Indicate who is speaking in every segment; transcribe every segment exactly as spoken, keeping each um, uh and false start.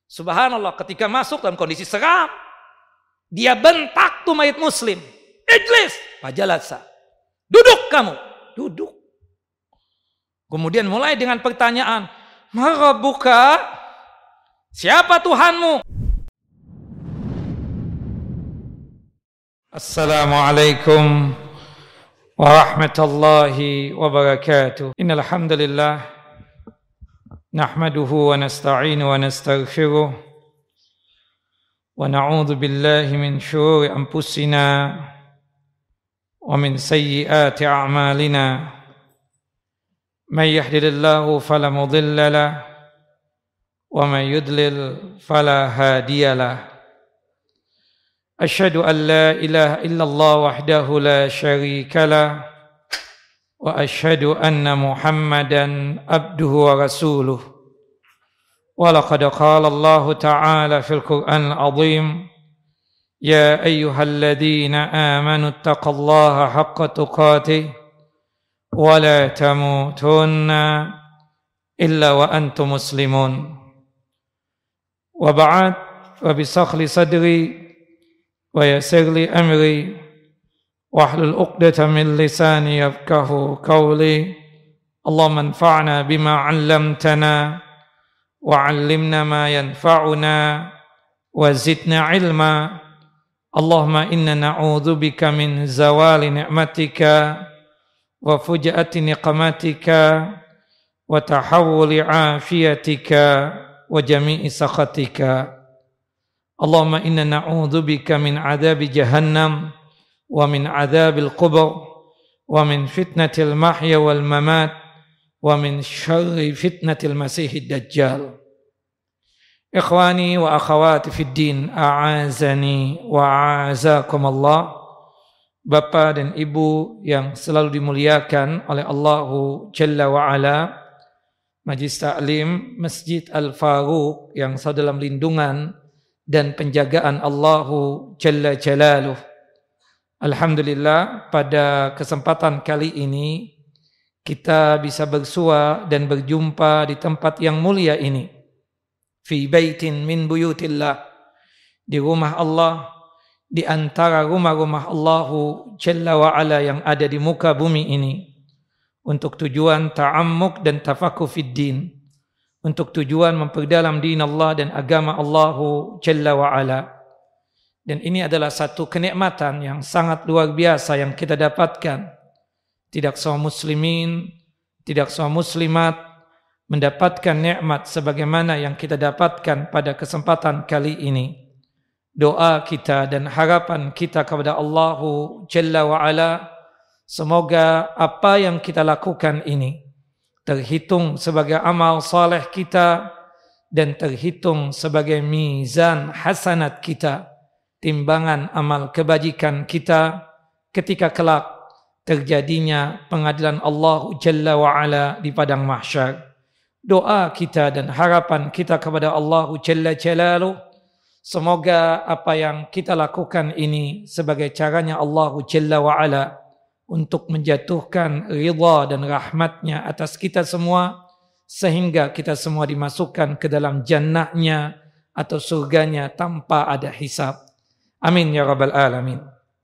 Speaker 1: Subhanallah, ketika masuk dalam kondisi seram, dia bentak tuh mayit muslim. Ijlis, fajalasa. Duduk kamu, duduk. Kemudian mulai dengan pertanyaan, "Ma rabbuka?" Siapa Tuhanmu? Assalamualaikum warahmatullahi wabarakatuh. Innal hamdalillah nahmaduhu wa nasta'inu wa nastaghfiruh wa na'udzu billahi min syururi anfusina wa min sayyiati a'malina. May yahdihillahu fala mudilla lahu wa may yudlil fala hadiya lahu. Asyhadu an la ilaha illallah wahdahu la syarika lahu wa asyhadu anna Muhammadan abduhu wa rasuluh. Wa laqad qala Allah ta'ala fil Qur'anil 'azim, ya ayyuhalladzina amanu taqullaha haqqa tuqatih wa la tamutunna illa wa antum muslimun. Wa ba'd, wa bisakhli sadri wa yassir li amri wahlul 'uqdatam min lisani yafqahu qawli. Allahumma anfa'na bima 'allamtana wa 'allimna ma yanfa'una wa zidna 'ilma. Allahumma inna na'udzubika min zawali ni'matika wa fujati niqmatika wa tahawuli 'afiyatika wa jami'i sakhatika. Allahumma inna na'udzubika min 'adzabi jahannam wa min 'adzabil qubur wa min fitnatil mahya wal mamat wa min syarri fitnatil masiihid dajjal. Ikhwani wa akhawati fid din, a'azani wa a'azakumullah. Bapak dan Ibu yang selalu dimuliakan oleh Allahu Jalla wa Ala, Majlis Ta'lim Masjid Al-Faruq yang selalu dalam lindungan dan penjagaan Allahu Jalla Jalaluh. Alhamdulillah, pada kesempatan kali ini kita bisa bersua dan berjumpa di tempat yang mulia ini, fi baitin min buyutillah, di rumah Allah, di antara rumah-rumah Allahu Jalla wa Ala yang ada di muka bumi ini, untuk tujuan ta'ammuk dan tafakuh fid din, untuk tujuan memperdalam din Allah dan agama Allahu Jalla wa Ala. Dan ini adalah satu kenikmatan yang sangat luar biasa yang kita dapatkan. Tidak semua muslimin, tidak semua muslimat mendapatkan nikmat sebagaimana yang kita dapatkan pada kesempatan kali ini. Doa kita dan harapan kita kepada Allahu Jalla wa Ala, semoga apa yang kita lakukan ini terhitung sebagai amal saleh kita dan terhitung sebagai mizan hasanat kita, timbangan amal kebajikan kita ketika kelak terjadinya pengadilan Allah Jalla wa Ala di padang mahsyar. Doa kita dan harapan kita kepada Allah Jalla Jalaluh, semoga apa yang kita lakukan ini sebagai caranya Allah Jalla wa Ala untuk menjatuhkan ridha dan rahmatnya atas kita semua, sehingga kita semua dimasukkan ke dalam jannahnya atau surganya tanpa ada hisab. Amin ya rabbal alamin.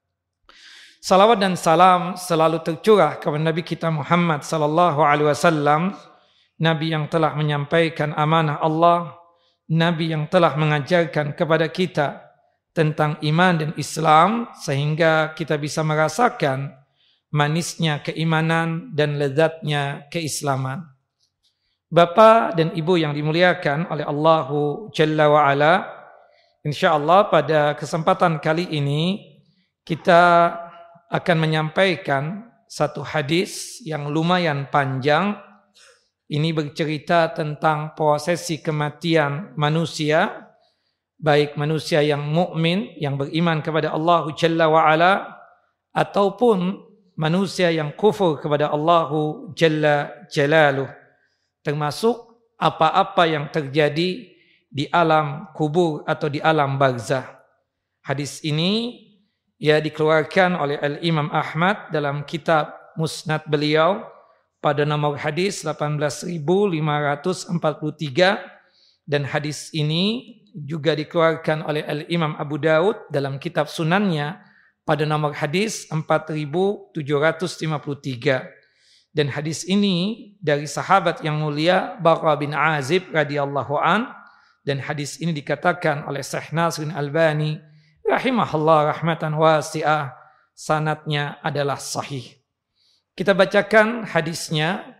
Speaker 1: Salawat dan salam selalu tercurah kepada Nabi kita Muhammad sallallahu alaihi wasallam, Nabi yang telah menyampaikan amanah Allah, Nabi yang telah mengajarkan kepada kita tentang iman dan Islam, sehingga kita bisa merasakan manisnya keimanan dan lezatnya keislaman. Bapak dan Ibu yang dimuliakan oleh Allahu Jalla wa Ala, insyaallah pada kesempatan kali ini kita akan menyampaikan satu hadis yang lumayan panjang. Ini bercerita tentang prosesi kematian manusia, baik manusia yang mukmin, yang beriman kepada Allah Jalla wa Ala, ataupun manusia yang kufur kepada Allah Jalla Jalaluh, termasuk apa-apa yang terjadi di alam kubur atau di alam barzah. Hadis ini ya dikeluarkan oleh Al-Imam Ahmad dalam kitab Musnad beliau pada nomor hadis delapan belas ribu lima ratus empat puluh tiga Dan hadis ini juga dikeluarkan oleh Al-Imam Abu Daud dalam kitab Sunannya pada nomor hadis empat ribu tujuh ratus lima puluh tiga. Dan hadis ini dari sahabat yang mulia Bara bin Azib radhiyallahu an, dan hadis ini dikatakan oleh Syekh Nasiruddin Albani rahimahullah rahmatan wasi'ah, sanadnya adalah sahih. Kita bacakan hadisnya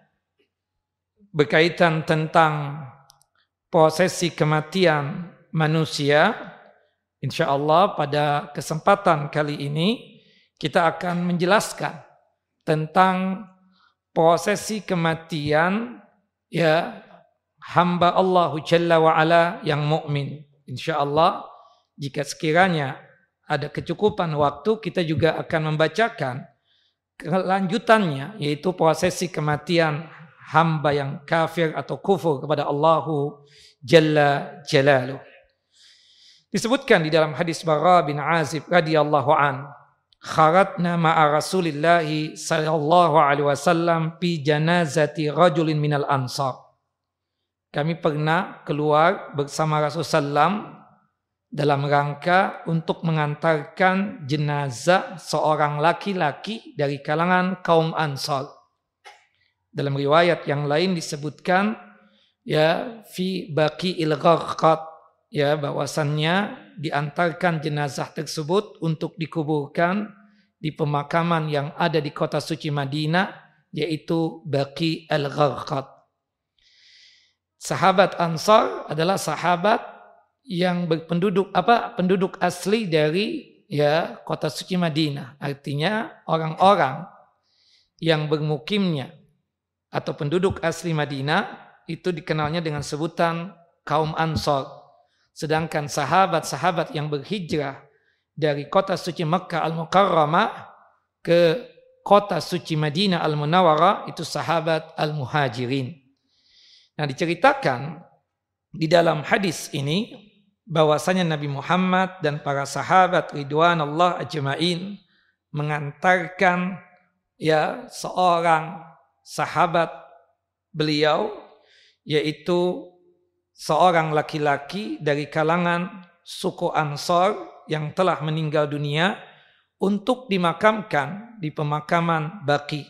Speaker 1: berkaitan tentang prosesi kematian manusia. InsyaAllah pada kesempatan kali ini kita akan menjelaskan tentang prosesi kematian ya hamba Allah Jalla wa Ala yang mukmin. InsyaAllah jika sekiranya ada kecukupan waktu, kita juga akan membacakan kelanjutannya, yaitu prosesi kematian hamba yang kafir atau kufur kepada Allahu Jalla Jalaluh. Disebutkan di dalam hadis Bara bin Azib radhiyallahu an, kharatna ma'a Rasulillah sallallahu alaihi wasallam fi janazati rajulin minal ansar. Kami pernah keluar bersama Rasulullah sallallahu alaihi wasallam dalam rangka untuk mengantarkan jenazah seorang laki-laki dari kalangan kaum Ansar. Dalam riwayat yang lain disebutkan ya fi baqi'il gharqad, ya bahwasannya diantarkan jenazah tersebut untuk dikuburkan di pemakaman yang ada di kota suci Madinah, yaitu Baqi al-Gharqad. Sahabat Ansar adalah sahabat yang berpenduduk apa penduduk asli dari ya kota suci Madinah, artinya orang-orang yang bermukimnya atau penduduk asli Madinah itu dikenalnya dengan sebutan kaum Ansar. Sedangkan sahabat-sahabat yang berhijrah dari kota suci Makkah Al-Mukarramah ke kota suci Madinah Al-Munawwarah itu sahabat Al-Muhajirin. Nah, diceritakan di dalam hadis ini bahwasanya Nabi Muhammad dan para sahabat ridwanullah ajma'in mengantarkan ya seorang sahabat beliau, yaitu seorang laki-laki dari kalangan suku Ansar yang telah meninggal dunia untuk dimakamkan di pemakaman Baqi.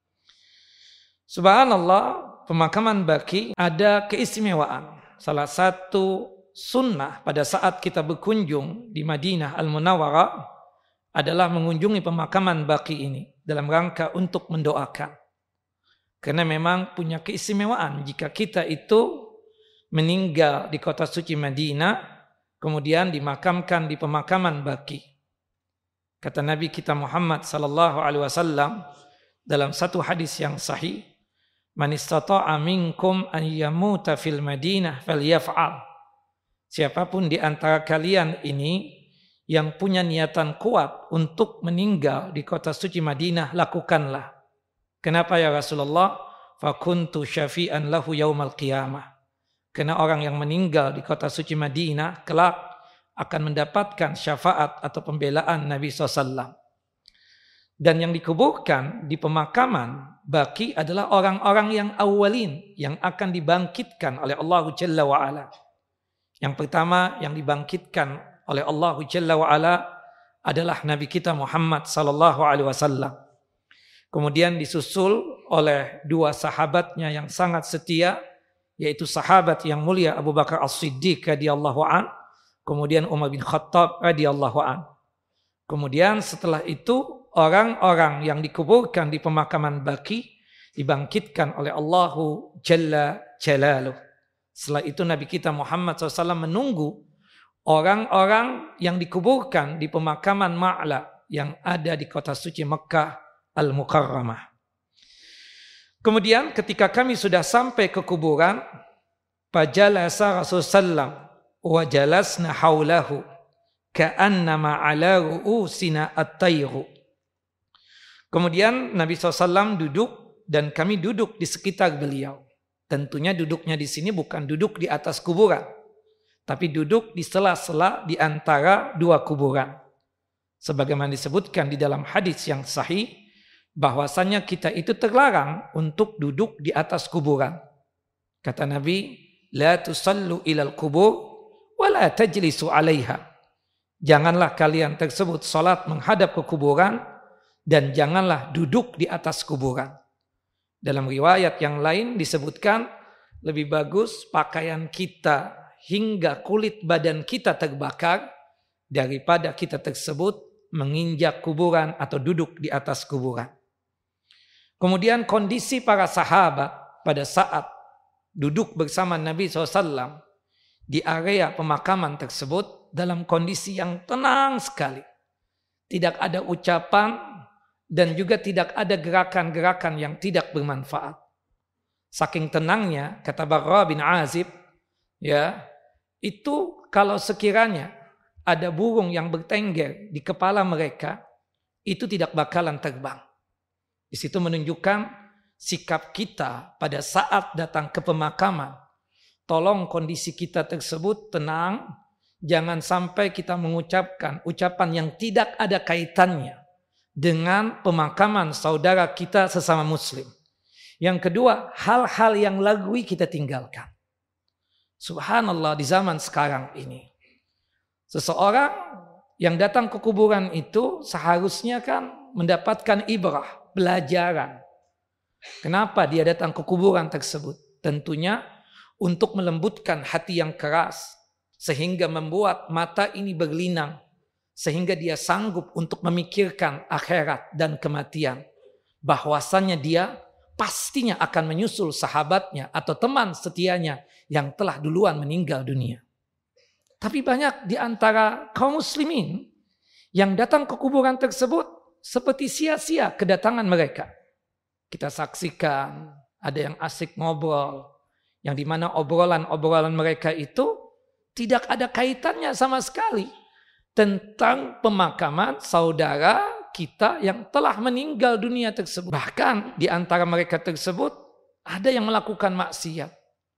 Speaker 1: Subhanallah, pemakaman Baqi ada keistimewaan. Salah satu sunnah pada saat kita berkunjung di Madinah Al-Munawwarah adalah mengunjungi pemakaman Baqi ini dalam rangka untuk mendoakan. Karena memang punya keistimewaan jika kita itu meninggal di kota suci Madinah, kemudian dimakamkan di pemakaman Baqi. Kata Nabi kita Muhammad sallallahu alaihi wasallam dalam satu hadis yang sahih, "Man istata'a minkum an yamuta fil Madinah falyaf'al." Siapapun di antara kalian ini yang punya niatan kuat untuk meninggal di kota suci Madinah, lakukanlah. Kenapa ya Rasulullah? Fakuntu syafi'an lahu yaumal qiyamah. Karena orang yang meninggal di kota suci Madinah kelak akan mendapatkan syafaat atau pembelaan Nabi shallallahu alaihi wasallam. Dan yang dikuburkan di pemakaman Baqi adalah orang-orang yang awalin yang akan dibangkitkan oleh Allah Jalla wa'ala. Yang pertama yang dibangkitkan oleh Allah Jalla wa'ala adalah Nabi kita Muhammad sallallahu alaihi wasallam. Kemudian disusul oleh dua sahabatnya yang sangat setia, yaitu sahabat yang mulia Abu Bakar As-Siddiq radhiyallahu an, kemudian Umar bin Khattab radhiyallahu an. Kemudian setelah itu orang-orang yang dikuburkan di pemakaman Baqi dibangkitkan oleh Allahu Jalla Jalaluh. Setelah itu Nabi kita Muhammad shallallahu alaihi wasallam menunggu orang-orang yang dikuburkan di pemakaman Ma'la yang ada di kota suci Mekkah Al-Mukarramah. Kemudian ketika kami sudah sampai ke kuburan, fajalasa Rasulullah sallallahu alaihi wasallam wa jalasna haulahu ka'annama ala ru'usina at-tayru. Kemudian Nabi shallallahu alaihi wasallam duduk dan kami duduk di sekitar beliau. Tentunya duduknya di sini bukan duduk di atas kuburan, tapi duduk di sela-sela di antara dua kuburan. Sebagaimana disebutkan di dalam hadis yang sahih, bahwasanya kita itu terlarang untuk duduk di atas kuburan. Kata Nabi, la tusallu ilal kubur wa la tajlisu 'alaiha. Janganlah kalian tersebut salat menghadap ke kuburan dan janganlah duduk di atas kuburan. Dalam riwayat yang lain disebutkan lebih bagus pakaian kita hingga kulit badan kita terbakar daripada kita tersebut menginjak kuburan atau duduk di atas kuburan. Kemudian kondisi para sahabat pada saat duduk bersama Nabi shallallahu alaihi wasallam di area pemakaman tersebut dalam kondisi yang tenang sekali. Tidak ada ucapan dan juga tidak ada gerakan-gerakan yang tidak bermanfaat. Saking tenangnya, kata Barra bin Azib, ya, itu kalau sekiranya ada burung yang bertengger di kepala mereka, itu tidak bakalan terbang. Di situ menunjukkan sikap kita pada saat datang ke pemakaman. Tolong kondisi kita tersebut tenang, jangan sampai kita mengucapkan ucapan yang tidak ada kaitannya dengan pemakaman saudara kita sesama muslim. Yang kedua, hal-hal yang lagwi kita tinggalkan. Subhanallah, di zaman sekarang ini, seseorang yang datang ke kuburan itu seharusnya kan mendapatkan ibrah, pelajaran. Kenapa dia datang ke kuburan tersebut? Tentunya untuk melembutkan hati yang keras, sehingga membuat mata ini berlinang, sehingga dia sanggup untuk memikirkan akhirat dan kematian. Bahwasannya dia pastinya akan menyusul sahabatnya atau teman setianya yang telah duluan meninggal dunia. Tapi banyak di antara kaum muslimin yang datang ke kuburan tersebut seperti sia-sia kedatangan mereka. Kita saksikan ada yang asik ngobrol, yang dimana obrolan-obrolan mereka itu tidak ada kaitannya sama sekali tentang pemakaman saudara kita yang telah meninggal dunia tersebut. Bahkan di antara mereka tersebut ada yang melakukan maksiat.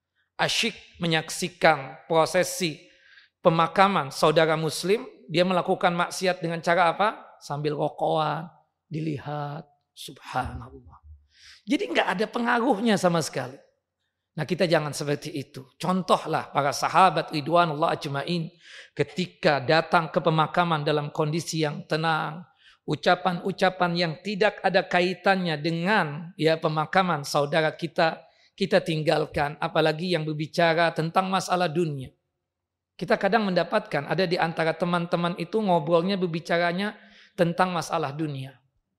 Speaker 1: Asyik menyaksikan prosesi pemakaman saudara muslim, dia melakukan maksiat dengan cara apa? Sambil rokokan, dilihat. Subhanallah. Jadi nggak ada pengaruhnya sama sekali. Nah, kita jangan seperti itu. Contohlah para sahabat ridwanullah ajmain ketika datang ke pemakaman dalam kondisi yang tenang, ucapan-ucapan yang tidak ada kaitannya dengan ya pemakaman saudara kita, kita tinggalkan, apalagi yang berbicara tentang masalah dunia. Kita kadang mendapatkan ada di antara teman-teman itu ngobrolnya berbicaranya tentang masalah dunia.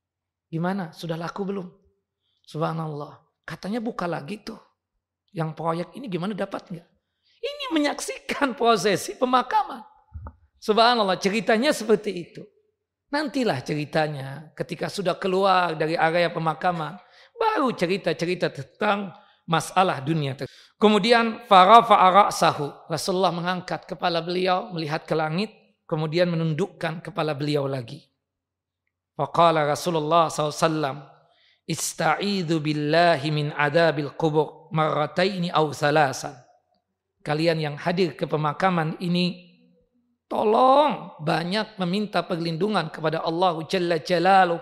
Speaker 1: Gimana? Sudah laku belum? Subhanallah. Katanya buka lagi tuh. Yang proyek ini gimana dapat nggak? Ini menyaksikan prosesi pemakaman. Subhanallah, ceritanya seperti itu. Nantilah ceritanya ketika sudah keluar dari area pemakaman, baru cerita-cerita tentang masalah dunia. Kemudian farafa'a ra'sahu, Rasulullah mengangkat kepala beliau melihat ke langit, kemudian menundukkan kepala beliau lagi. Faqala Rasulullah shallallahu alaihi wasallam, ista'idhu billahi min adabil qubur marrataini aw thalasan. Kalian yang hadir ke pemakaman ini, tolong banyak meminta perlindungan kepada Allah Jalla Jalaluh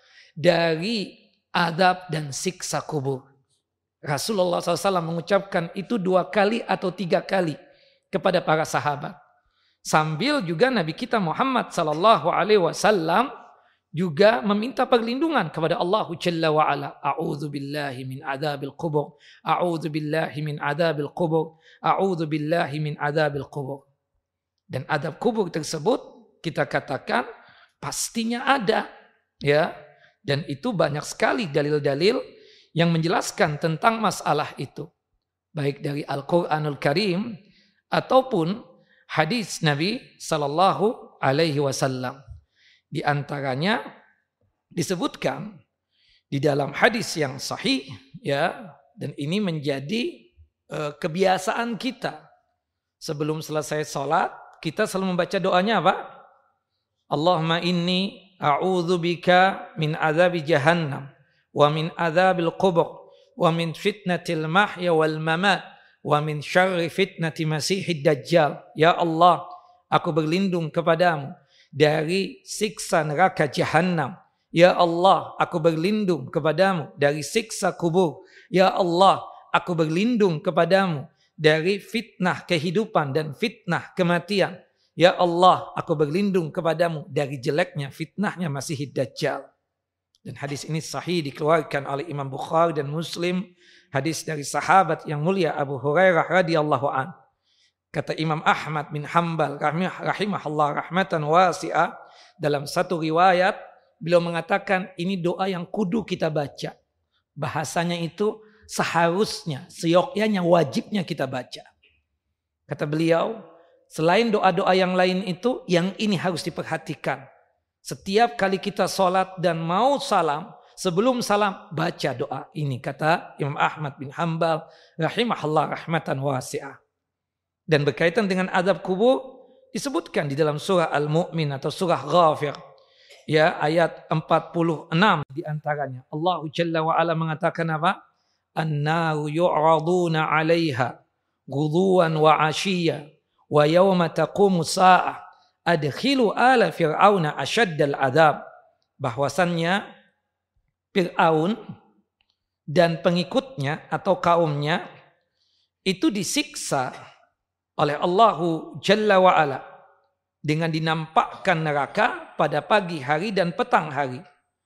Speaker 1: dari adab dan siksa kubur. Rasulullah shallallahu alaihi wasallam mengucapkan itu dua kali atau tiga kali kepada para sahabat. Sambil juga Nabi kita Muhammad sallallahu alaihi wasallam juga meminta perlindungan kepada Allah Jalla wa Ala. A'udzu billahi min adzabil qubur. A'udzu billahi min adzabil qubur. A'udzu billahi min adzabil qubur. Dan adab kubur tersebut kita katakan pastinya ada, ya. Dan itu banyak sekali dalil-dalil yang menjelaskan tentang masalah itu. Baik dari Al-Qur'anul Karim ataupun hadis Nabi sallallahu alaihi wasallam. Di antaranya disebutkan di dalam hadis yang sahih, ya, dan ini menjadi uh, kebiasaan kita. Sebelum selesai sholat, kita selalu membaca doanya apa? Allahumma inni a'udzubika min azabi jahannam wa min azabil qubur wa min fitnatil mahya wal mamat wa min syarri fitnati masihid dajjal. Ya Allah, aku berlindung kepadamu dari siksa neraka jahannam. Ya Allah, aku berlindung kepadamu dari siksa kubur. Ya Allah, aku berlindung kepadamu dari fitnah kehidupan dan fitnah kematian. Ya Allah, aku berlindung kepadamu dari jeleknya fitnahnya Masih Dajjal. Dan hadis ini sahih dikeluarkan oleh Imam Bukhari dan Muslim. Hadis dari sahabat yang mulia Abu Hurairah radhiyallahu an. Kata Imam Ahmad bin Hanbal rahimahullah rahmatan wasi'ah, dalam satu riwayat beliau mengatakan ini doa yang kudu kita baca. Bahasanya itu seharusnya, seyogyanya, wajibnya kita baca. Kata beliau, selain doa-doa yang lain itu, yang ini harus diperhatikan. Setiap kali kita sholat dan mau salam, sebelum salam baca doa ini, kata Imam Ahmad bin Hanbal rahimahullah rahmatan wasi'ah. Dan berkaitan dengan azab kubur disebutkan di dalam surah Al-Mu'min atau surah Ghafir, ya, ayat empat puluh enam di antaranya. Allah Jalla wa Ala mengatakan apa? An-naru yu'raduna 'alaiha ghuduwan wa 'ashiyya wa yawma taqumu sa'ah adkhilu ala fir'auna asyaddal adzab. Bahwasannya Fir'aun dan pengikutnya atau kaumnya itu disiksa oleh Allahu Jalla wa Ala dengan dinampakkan neraka pada pagi hari dan petang hari.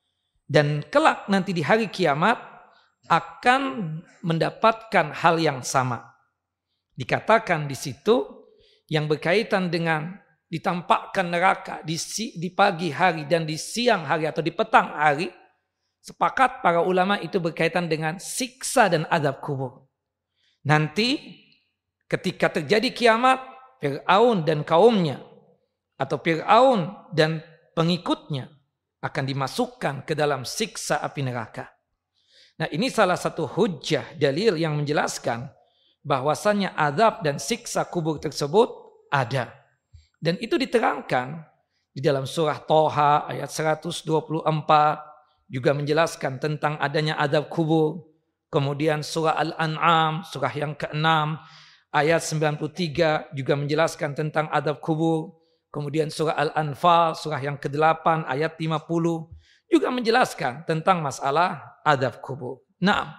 Speaker 1: Dan kelak nanti di hari kiamat akan mendapatkan hal yang sama. Dikatakan di situ yang berkaitan dengan ditampakkan neraka di, di pagi hari dan di siang hari atau di petang hari, sepakat para ulama itu berkaitan dengan siksa dan azab kubur. Nanti ketika terjadi kiamat, Fir'aun dan kaumnya atau Fir'aun dan pengikutnya akan dimasukkan ke dalam siksa api neraka. Nah, ini salah satu hujjah dalil yang menjelaskan bahwasannya azab dan siksa kubur tersebut ada. Dan itu diterangkan di dalam surah Thaha ayat seratus dua puluh empat juga menjelaskan tentang adanya azab kubur. Kemudian surah Al-An'am surah yang keenam ayat sembilan puluh tiga juga menjelaskan tentang azab kubur. Kemudian surah Al-Anfal surah yang kedelapan ayat lima puluh juga menjelaskan tentang masalah azab kubur. Nah,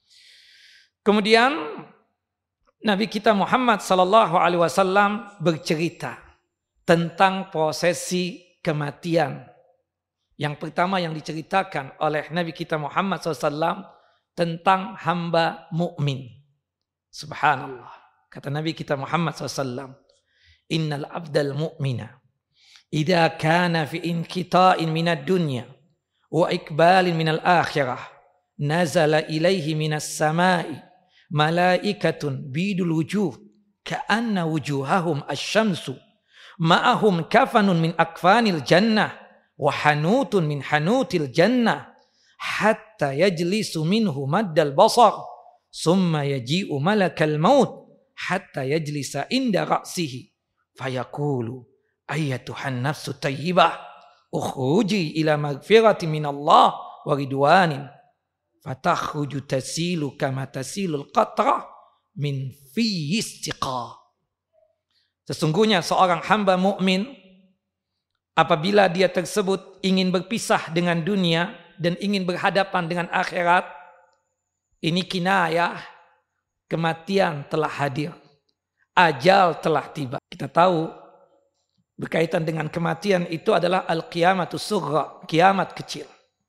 Speaker 1: kemudian Nabi kita Muhammad sallallahu alaihi wasallam bercerita tentang prosesi kematian. Yang pertama yang diceritakan oleh Nabi kita Muhammad sallallahu alaihi wasallam tentang hamba mukmin. Subhanallah. Kata Nabi kita Muhammad sallallahu alaihi wasallam, Innal abdal mu'mina idza kana fi inqita'in minad dunya wa ikbalin minal akhirah nazala ilaihi minas samai malaikatun bidul wujuh ka'anna wujuhahum asy-syamsu ma'ahum kafanun min akfanil jannah wa hanutun min hanutil jannah hatta yajlisu minhu maddal basar summa yaji'u malakal maut hatta yajlisa inda ra'sihi fayaqulu ayyatuhan nafsu tayyibah ukhruji ila magfirati minallah wa ridwanin fatakhruju tasilu kama tasilul qatrah min fi istiqa. Sesungguhnya seorang hamba mukmin apabila dia tersebut ingin berpisah dengan dunia dan ingin berhadapan dengan akhirat, ini kinayah kematian telah hadir. Ajal telah tiba. Kita tahu berkaitan dengan kematian itu adalah al-qiyamatus sughra, kiamat kecil.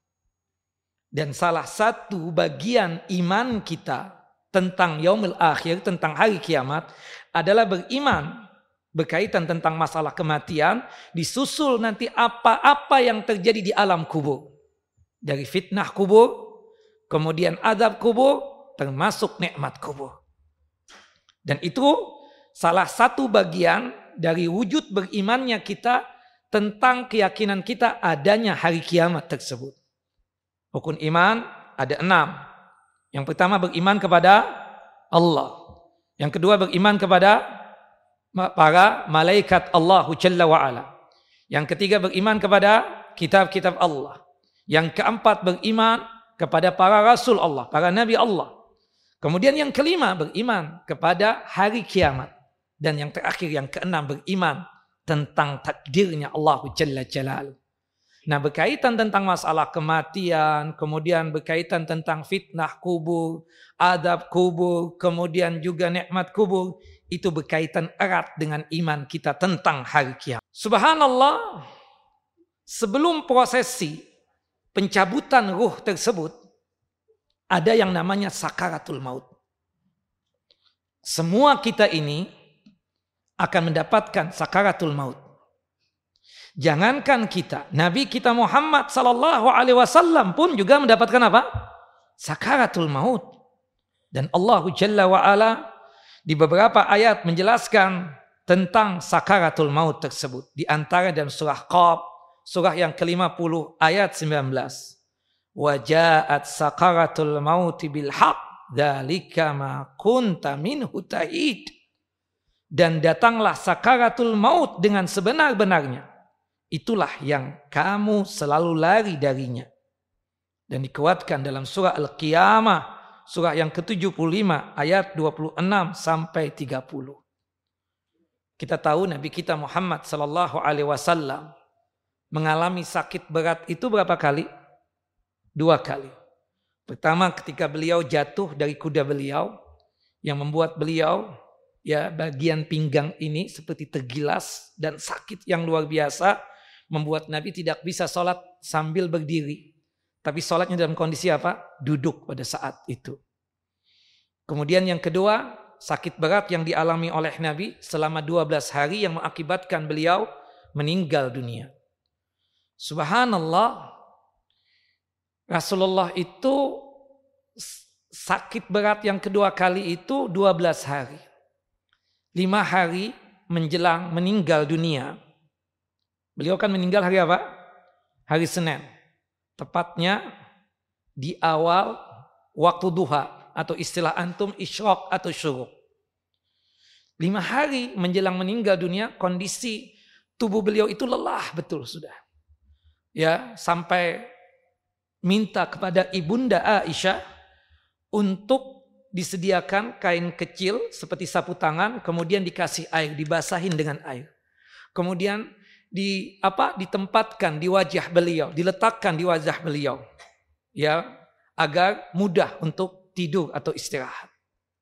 Speaker 1: Dan salah satu bagian iman kita tentang yaumil akhir, tentang hari kiamat adalah beriman berkaitan tentang masalah kematian, disusul nanti apa-apa yang terjadi di alam kubur. Dari fitnah kubur, kemudian azab kubur, termasuk nikmat kubur. Dan itu salah satu bagian dari wujud berimannya kita tentang keyakinan kita adanya hari kiamat tersebut. Rukun iman ada enam. Yang pertama beriman kepada Allah. Yang kedua beriman kepada para malaikat Allah Jalla wa'ala. Yang ketiga beriman kepada kitab-kitab Allah. Yang keempat beriman kepada para rasul Allah, para nabi Allah. Kemudian yang kelima beriman kepada hari kiamat. Dan yang terakhir yang keenam beriman tentang takdirnya Allah Jalla Jalaluh. Nah, berkaitan tentang masalah kematian, kemudian berkaitan tentang fitnah kubur, adab kubur, kemudian juga nikmat kubur, itu berkaitan erat dengan iman kita tentang hari kiamat. Subhanallah, sebelum prosesi pencabutan ruh tersebut, ada yang namanya sakaratul maut. Semua kita ini akan mendapatkan sakaratul maut. Jangankan kita, Nabi kita Muhammad sallallahu alaihi wasallam pun juga mendapatkan apa? Sakaratul maut. Dan Allah Jalla wa Ala di beberapa ayat menjelaskan tentang sakaratul maut tersebut. Di antara dalam surah Qaf, surah yang ke lima puluh ayat sembilan belas. Wa ja'at sakaratul maut bil haqq dzalika ma kunta minhu tahid. Dan datanglah sakaratul maut dengan sebenar-benarnya. Itulah yang kamu selalu lari darinya. Dan dikuatkan dalam surah Al-Qiyamah, surah yang ke tujuh puluh lima, ayat dua puluh enam sampai tiga puluh. Kita tahu Nabi kita Muhammad sallallahu alaihi wasallam mengalami sakit berat itu berapa kali? Dua kali. Pertama ketika beliau jatuh dari kuda beliau, yang membuat beliau ya bagian pinggang ini seperti tergilas dan sakit yang luar biasa, membuat Nabi tidak bisa sholat sambil berdiri. Tapi sholatnya dalam kondisi apa? Duduk pada saat itu. Kemudian yang kedua, sakit berat yang dialami oleh Nabi selama dua belas hari yang mengakibatkan beliau meninggal dunia. Subhanallah, Rasulullah itu sakit berat yang kedua kali itu dua belas hari. Lima hari menjelang meninggal dunia. Beliau kan meninggal hari apa? Hari Senin. Tepatnya di awal waktu duha atau istilah antum isyraq atau syuruk. Lima hari menjelang meninggal dunia, kondisi tubuh beliau itu lelah betul sudah. Ya, sampai minta kepada ibunda Aisyah untuk disediakan kain kecil seperti sapu tangan, kemudian dikasih air, dibasahin dengan air. Kemudian di apa ditempatkan di wajah beliau, diletakkan di wajah beliau, ya, agar mudah untuk tidur atau istirahat.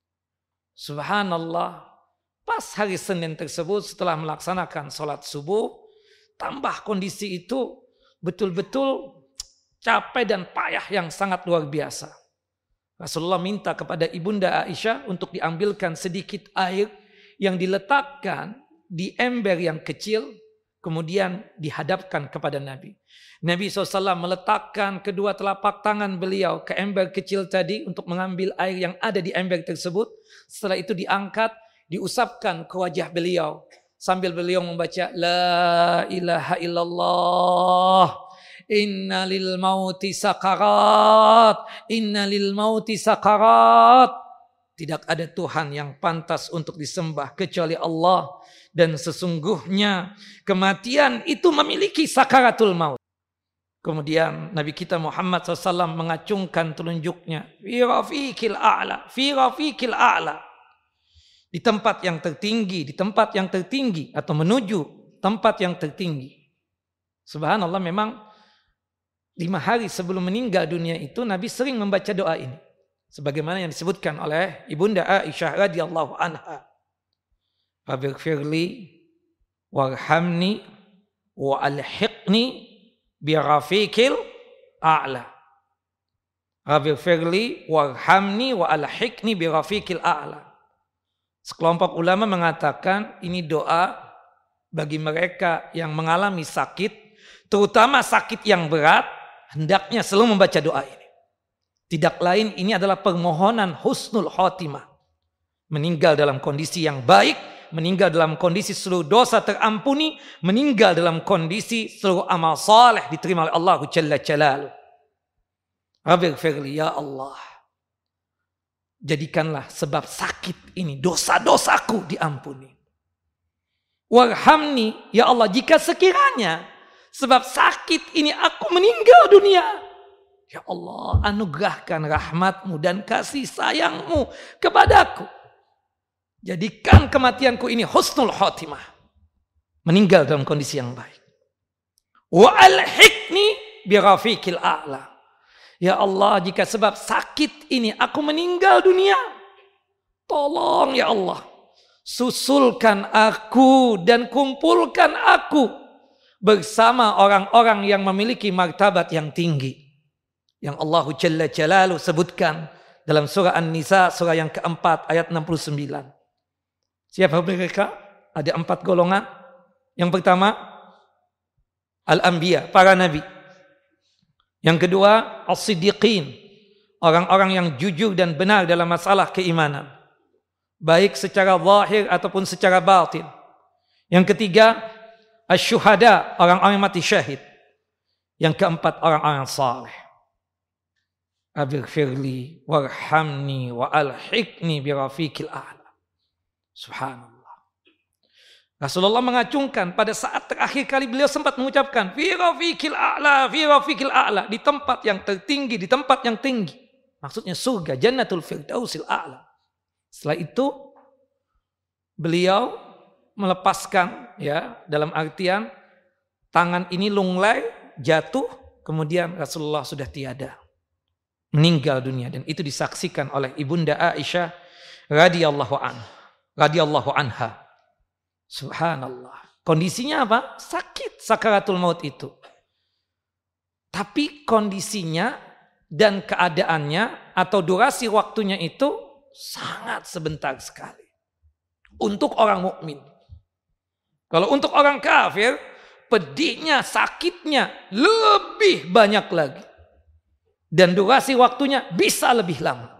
Speaker 1: Subhanallah, pas hari Senin tersebut setelah melaksanakan sholat subuh, tambah kondisi itu betul-betul capek dan payah yang sangat luar biasa. Rasulullah minta kepada ibunda Aisyah untuk diambilkan sedikit air yang diletakkan di ember yang kecil, kemudian dihadapkan kepada Nabi. Nabi shallallahu alaihi wasallam meletakkan kedua telapak tangan beliau ke ember kecil tadi untuk mengambil air yang ada di ember tersebut. Setelah itu diangkat, diusapkan ke wajah beliau. Sambil beliau membaca, La ilaha illallah, inna lil mauti sakarat, inna lil mauti sakarat. Tidak ada Tuhan yang pantas untuk disembah kecuali Allah. Dan sesungguhnya kematian itu memiliki sakaratul maut. Kemudian Nabi kita Muhammad shallallahu alaihi wasallam mengacungkan telunjuknya. Fi rafiqil a'la, fi rafiqil a'la. Di tempat yang tertinggi, di tempat yang tertinggi. Atau menuju tempat yang tertinggi. Subhanallah, memang lima hari sebelum meninggal dunia itu Nabi sering membaca doa ini. Sebagaimana yang disebutkan oleh ibunda Aisyah radhiyallahu anha. Faghfirli warhamni wa alhiqni bi rafiqil a'la. Faghfirli warhamni wa alhiqni bi rafiqil a'la. Sekelompok ulama mengatakan ini doa bagi mereka yang mengalami sakit, terutama sakit yang berat, hendaknya selalu membaca doa ini. Tidak lain, ini adalah permohonan husnul khotimah. Meninggal dalam kondisi yang baik, meninggal dalam kondisi seluruh dosa terampuni, meninggal dalam kondisi seluruh amal saleh diterima oleh Allah Jalla Jalaluhu. Rabbighfirli ya Allah. Jadikanlah sebab sakit ini, dosa-dosaku diampuni. Warhamni ya Allah, jika sekiranya sebab sakit ini aku meninggal dunia, ya Allah, anugerahkan rahmatmu dan kasih sayangmu kepadaku. Jadikan kematianku ini husnul khotimah. Meninggal dalam kondisi yang baik. Wa alhiqni birafiqil a'la. Ya Allah, jika sebab sakit ini aku meninggal dunia, tolong ya Allah, susulkan aku dan kumpulkan aku bersama orang-orang yang memiliki martabat yang tinggi. Yang Allah Jalla Jalaluhu sebutkan dalam surah An-Nisa, surah yang keempat, ayat enam puluh sembilan. Siapa mereka? Ada empat golongan. Yang pertama, Al-Anbiya, para nabi. Yang kedua, As-Siddiqin, orang-orang yang jujur dan benar dalam masalah keimanan, baik secara zahir ataupun secara batin. Yang ketiga, Asy-Syuhada, orang-orang yang mati syahid. Yang keempat, orang-orang saleh. Abighfirli warhamni wa alhiqni birafiqil a'la. Subhanallah. Rasulullah mengacungkan pada saat terakhir kali beliau sempat mengucapkan fi rafiqil a'la, fi rafiqil a'la, di tempat yang tertinggi, di tempat yang tinggi. Maksudnya surga, jannatul firdausil a'la. Setelah itu beliau melepaskan, ya, dalam artian tangan ini lunglai, jatuh, kemudian Rasulullah sudah tiada, meninggal dunia, dan itu disaksikan oleh ibunda Aisyah radhiyallahu anha, radhiyallahu anha. Subhanallah. Kondisinya apa? Sakit sakaratul maut itu. Tapi kondisinya dan keadaannya atau durasi waktunya itu sangat sebentar sekali. Untuk orang mukmin. Kalau untuk orang kafir, pedihnya, sakitnya lebih banyak lagi. Dan durasi waktunya bisa lebih lama.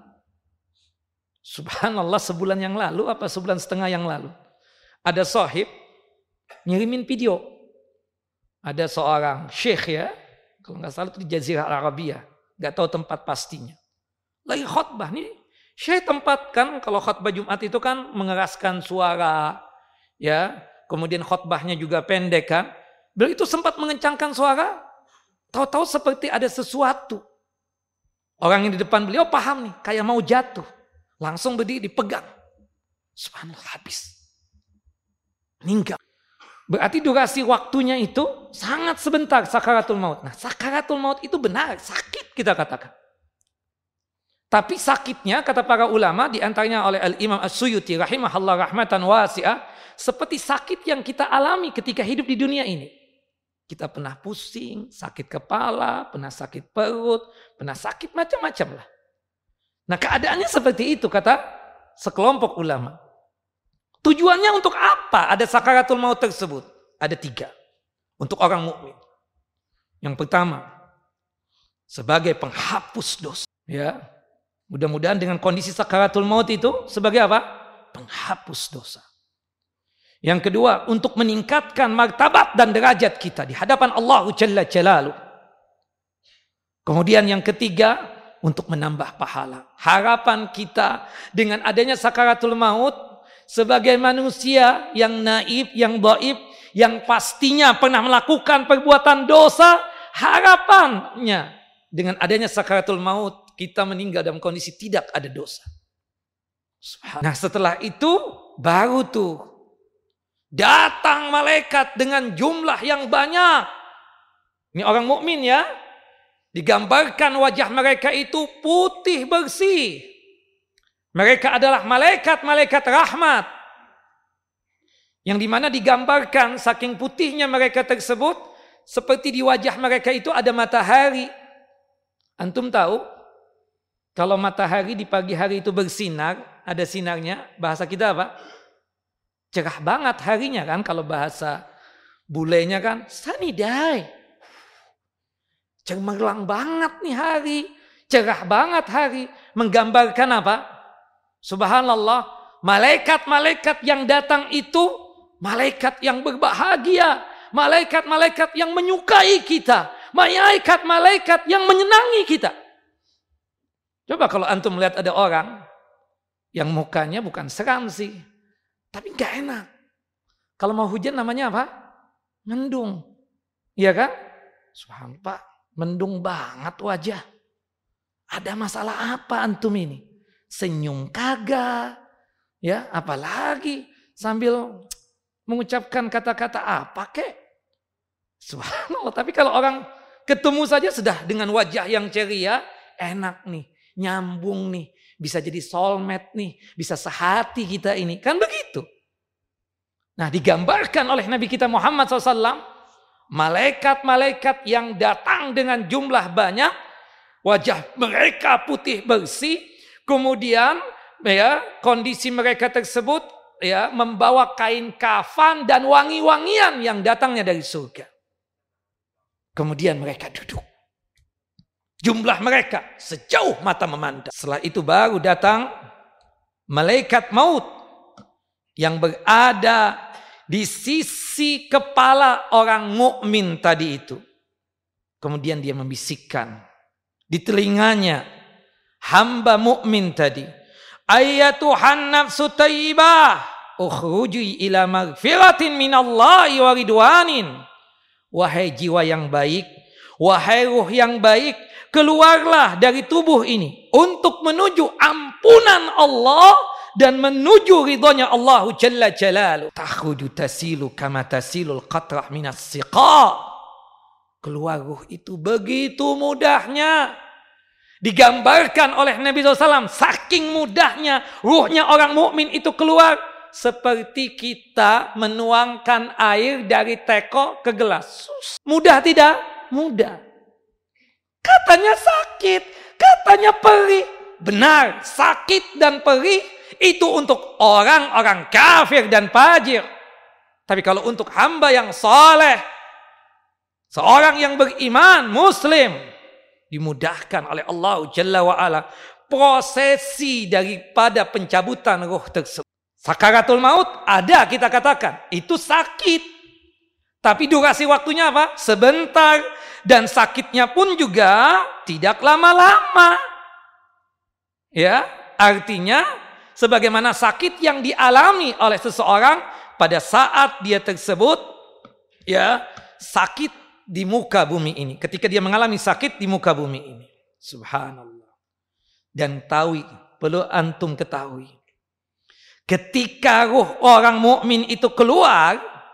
Speaker 1: Subhanallah, sebulan yang lalu apa sebulan setengah yang lalu, ada sahib ngirimin video. Ada seorang syekh, ya, kalau nggak salah itu di Jazirah Arabia, nggak tahu tempat pastinya. Lagi khutbah nih, syekh tempatkan kalau khutbah Jumat itu kan mengeraskan suara, ya, kemudian khutbahnya juga pendek kan. Beliau itu sempat mengencangkan suara, tahu-tahu seperti ada sesuatu. Orang yang di depan beliau paham nih, kayak mau jatuh, langsung berdiri dipegang. Subhanallah, habis. Meninggal. Berarti durasi waktunya itu sangat sebentar, sakaratul maut. Nah, sakaratul maut itu benar, sakit kita katakan. Tapi sakitnya, kata para ulama, diantaranya oleh Al-Imam As-Suyuti rahimahullah rahmatan wasi'ah, seperti sakit yang kita alami ketika hidup di dunia ini. Kita pernah pusing, sakit kepala, pernah sakit perut, pernah sakit macam-macam lah. Nah, keadaannya seperti itu, kata sekelompok ulama. Tujuannya untuk apa ada sakaratul maut tersebut? Ada tiga. Untuk orang mukmin. Yang pertama, sebagai penghapus dosa. Ya, mudah-mudahan dengan kondisi sakaratul maut itu sebagai apa? Penghapus dosa. Yang kedua, untuk meningkatkan martabat dan derajat kita di hadapan Allah Jalla Jalaluhu. Kemudian yang ketiga, untuk menambah pahala. Harapan kita dengan adanya sakaratul maut, sebagai manusia yang naib, yang dhaif, yang pastinya pernah melakukan perbuatan dosa, harapannya dengan adanya sakaratul maut kita meninggal dalam kondisi tidak ada dosa. Nah, setelah itu baru tuh datang malaikat dengan jumlah yang banyak. Ini orang mukmin, ya. Digambarkan wajah mereka itu putih bersih. Mereka adalah malaikat-malaikat rahmat. Yang dimana digambarkan saking putihnya mereka tersebut, seperti di wajah mereka itu ada matahari. Antum tahu, kalau matahari di pagi hari itu bersinar, ada sinarnya, bahasa kita apa? Cerah banget harinya kan, kalau bahasa bulenya kan, sunny day. Cemerlang banget nih hari, cerah banget hari. Menggambarkan apa? Subhanallah, malaikat-malaikat yang datang itu malaikat yang berbahagia, malaikat-malaikat yang menyukai kita, malaikat-malaikat yang menyenangi kita. Coba kalau antum melihat ada orang yang mukanya bukan seram sih, tapi gak enak. Kalau mau hujan namanya apa? Mendung. Iya kan? Subhanallah, Pak, mendung banget wajah. Ada masalah apa antum ini? Senyum kagak, ya, apalagi sambil mengucapkan kata-kata apa kek? Subhanallah. Tapi kalau orang ketemu saja sudah dengan wajah yang ceria, enak nih, nyambung nih, bisa jadi soulmate nih, bisa sehati kita ini. Kan begitu. Nah, digambarkan oleh Nabi kita Muhammad shallallahu alaihi wasallam, malaikat-malaikat yang datang dengan jumlah banyak, wajah mereka putih bersih, kemudian ya kondisi mereka tersebut ya membawa kain kafan dan wangi-wangian yang datangnya dari surga. Kemudian mereka duduk. Jumlah mereka sejauh mata memandang. Setelah itu baru datang malaikat maut yang berada di sisi kepala orang mukmin tadi itu. Kemudian dia membisikkan di telinganya hamba mukmin tadi, "Ayyatuhan nafsu thayyibah, ukhruji ila maghfiratin minallahi wa ridwanin." Wahai jiwa yang baik, wahai ruh yang baik, keluarlah dari tubuh ini untuk menuju ampunan Allah dan menuju ridhonya Allah Jalla Jalaluhu. Takhruju tasilu kama tasilul qatrah minas siqa. Keluar ruh itu begitu mudahnya. Digambarkan oleh Nabi shallallahu alaihi wasallam, saking mudahnya ruhnya orang mukmin itu keluar, seperti kita menuangkan air dari teko ke gelas. Mudah tidak? Mudah. Katanya sakit, katanya perih. Benar, sakit dan perih itu untuk orang-orang kafir dan fajir. Tapi kalau untuk hamba yang saleh, seorang yang beriman, muslim, dimudahkan oleh Allah Jalla wa'ala prosesi daripada pencabutan ruh tersebut. Sakaratul maut ada, kita katakan itu sakit, tapi durasi waktunya apa? Sebentar, dan sakitnya pun juga tidak lama-lama. Ya, artinya sebagaimana sakit yang dialami oleh seseorang pada saat dia tersebut ya sakit di muka bumi ini, ketika dia mengalami sakit di muka bumi ini. Subhanallah. Dan tahu, perlu antum ketahui, ketika ruh orang mukmin itu keluar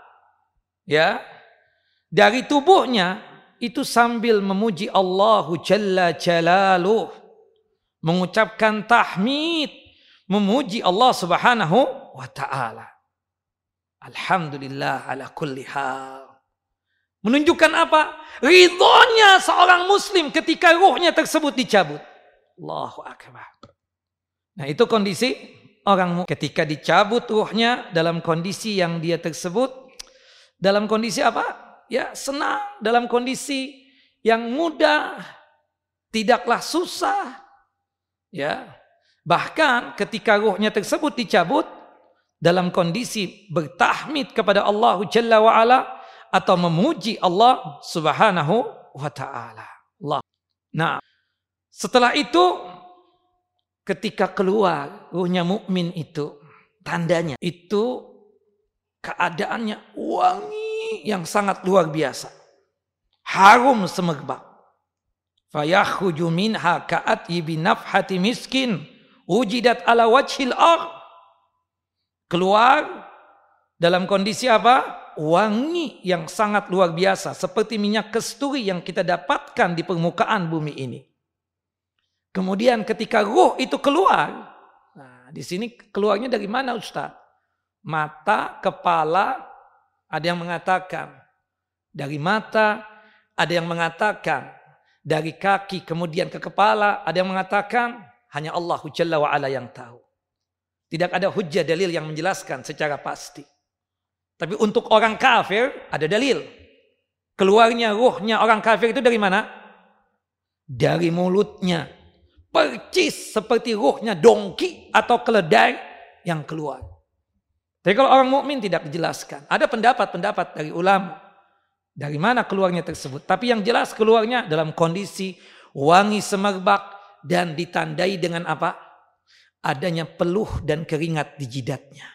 Speaker 1: ya dari tubuhnya, itu sambil memuji Allah Jalla Jalaluhu, mengucapkan tahmid, memuji Allah Subhanahu wa taala. Alhamdulillah ala kulli hal. Menunjukkan apa? Ridhonya seorang muslim ketika ruhnya tersebut dicabut. Allahu akbar. Nah, itu kondisi orang mukmin ketika dicabut ruhnya dalam kondisi yang dia tersebut, dalam kondisi apa? Ya, senang, dalam kondisi yang mudah, tidaklah susah. Ya. Bahkan ketika ruhnya tersebut dicabut dalam kondisi bertahmid kepada Allah Jalla wa ala atau memuji Allah Subhanahu wa taala. Allah. Nah, setelah itu ketika keluar ruhnya mukmin itu, tandanya itu keadaannya wangi yang sangat luar biasa. Harum semerbak. Fayakhruju minha ka'atyibi nafhati miskin ujidat ala wajhil ardh. Keluar dalam kondisi apa? Wangi yang sangat luar biasa, seperti minyak kasturi yang kita dapatkan di permukaan bumi ini. Kemudian ketika ruh itu keluar, nah di sini keluarnya dari mana Ustaz? Mata, kepala, ada yang mengatakan dari mata, ada yang mengatakan dari kaki kemudian ke kepala, ada yang mengatakan hanya Allah Jalla wa ala yang tahu. Tidak ada hujjah dalil yang menjelaskan secara pasti. Tapi untuk orang kafir ada dalil. Keluarnya ruhnya orang kafir itu dari mana? Dari mulutnya. Percis seperti ruhnya dongki atau keledai yang keluar. Tapi kalau orang mukmin tidak dijelaskan. Ada pendapat-pendapat dari ulama. Dari mana keluarnya tersebut. Tapi yang jelas keluarnya dalam kondisi wangi semerbak dan ditandai dengan apa? Adanya peluh dan keringat di jidatnya.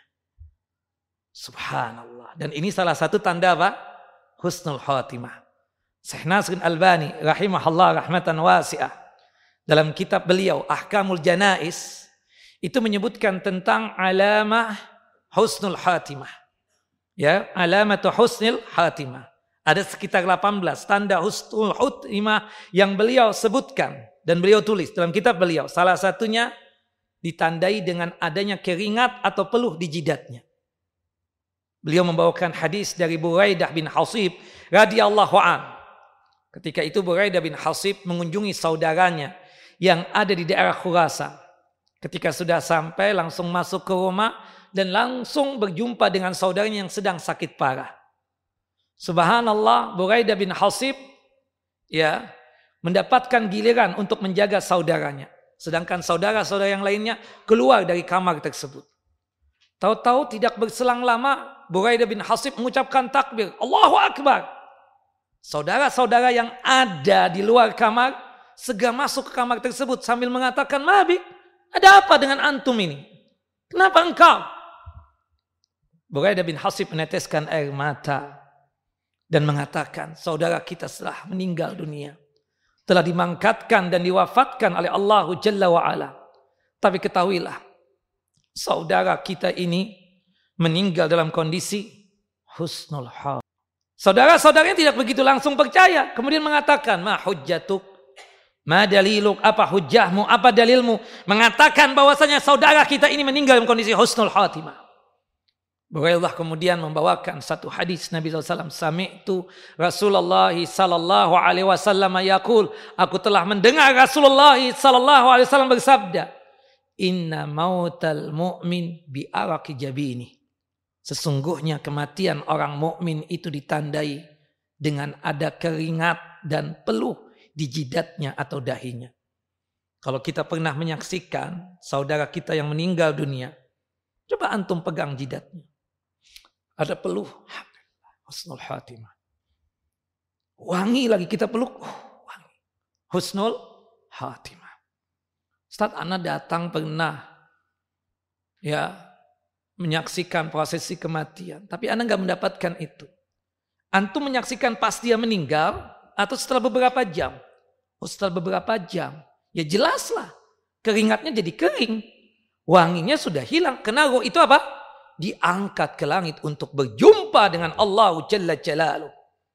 Speaker 1: Subhanallah. Dan ini salah satu tanda apa? Husnul khatimah. Syekh Nasruddin Albani rahimahullah rahmatan wasi'ah, dalam kitab beliau Ahkamul Janais itu menyebutkan tentang alamah husnul khatimah. Ya, alamatu husnul khatimah. Ada sekitar delapan belas tanda husnul khotimah yang beliau sebutkan dan beliau tulis dalam kitab beliau. Salah satunya ditandai dengan adanya keringat atau peluh di jidatnya. Beliau membawakan hadis dari Buraidah bin Hasib radhiyallahu an. Ketika itu Buraidah bin Hasib mengunjungi saudaranya yang ada di daerah Khurasan. Ketika sudah sampai langsung masuk ke rumah dan langsung berjumpa dengan saudaranya yang sedang sakit parah. Subhanallah, Buraidah bin Hasib ya mendapatkan giliran untuk menjaga saudaranya. Sedangkan saudara-saudara yang lainnya keluar dari kamar tersebut. Tahu-tahu tidak berselang lama, Buraidah bin Hasib mengucapkan takbir, Allahu Akbar. Saudara-saudara yang ada di luar kamar segera masuk ke kamar tersebut sambil mengatakan, Nabi, ada apa dengan antum ini? Kenapa engkau? Buraidah bin Hasib meneteskan air mata dan mengatakan, saudara kita telah meninggal dunia. Telah dimangkatkan dan diwafatkan oleh Allah Jalla wa'ala. Tapi ketahuilah, saudara kita ini meninggal dalam kondisi husnul khotimah. Saudara-saudaranya tidak begitu langsung percaya. Kemudian mengatakan, ma hujjatuk, ma daliluk, apa hujjahmu, apa dalilmu. Mengatakan bahwasanya saudara kita ini meninggal dalam kondisi husnul khotimah. Buraidah kemudian membawakan satu hadis Nabi shallallahu alaihi wasallam. Sami'tu Rasulullah sallallahu alaihi wasallam yaqul, aku telah mendengar Rasulullah sallallahu alaihi wasallam bersabda, inna mautal mu'min bi araqi jabini. Sesungguhnya kematian orang mukmin itu ditandai dengan ada keringat dan peluh di jidatnya atau dahinya. Kalau kita pernah menyaksikan saudara kita yang meninggal dunia, coba antum pegang jidatnya. Ada peluh, husnul khatimah. Wangi lagi kita peluk, oh, wangi. Husnul khatimah. Ustaz, ana datang pernah ya menyaksikan prosesi kematian, tapi ana nggak mendapatkan itu. Antum menyaksikan pas dia meninggal atau setelah beberapa jam? Oh, setelah beberapa jam. Ya jelaslah, keringatnya jadi kering, wanginya sudah hilang. Karena roh itu apa? Diangkat ke langit untuk berjumpa dengan Allah Jalla Jalaluh.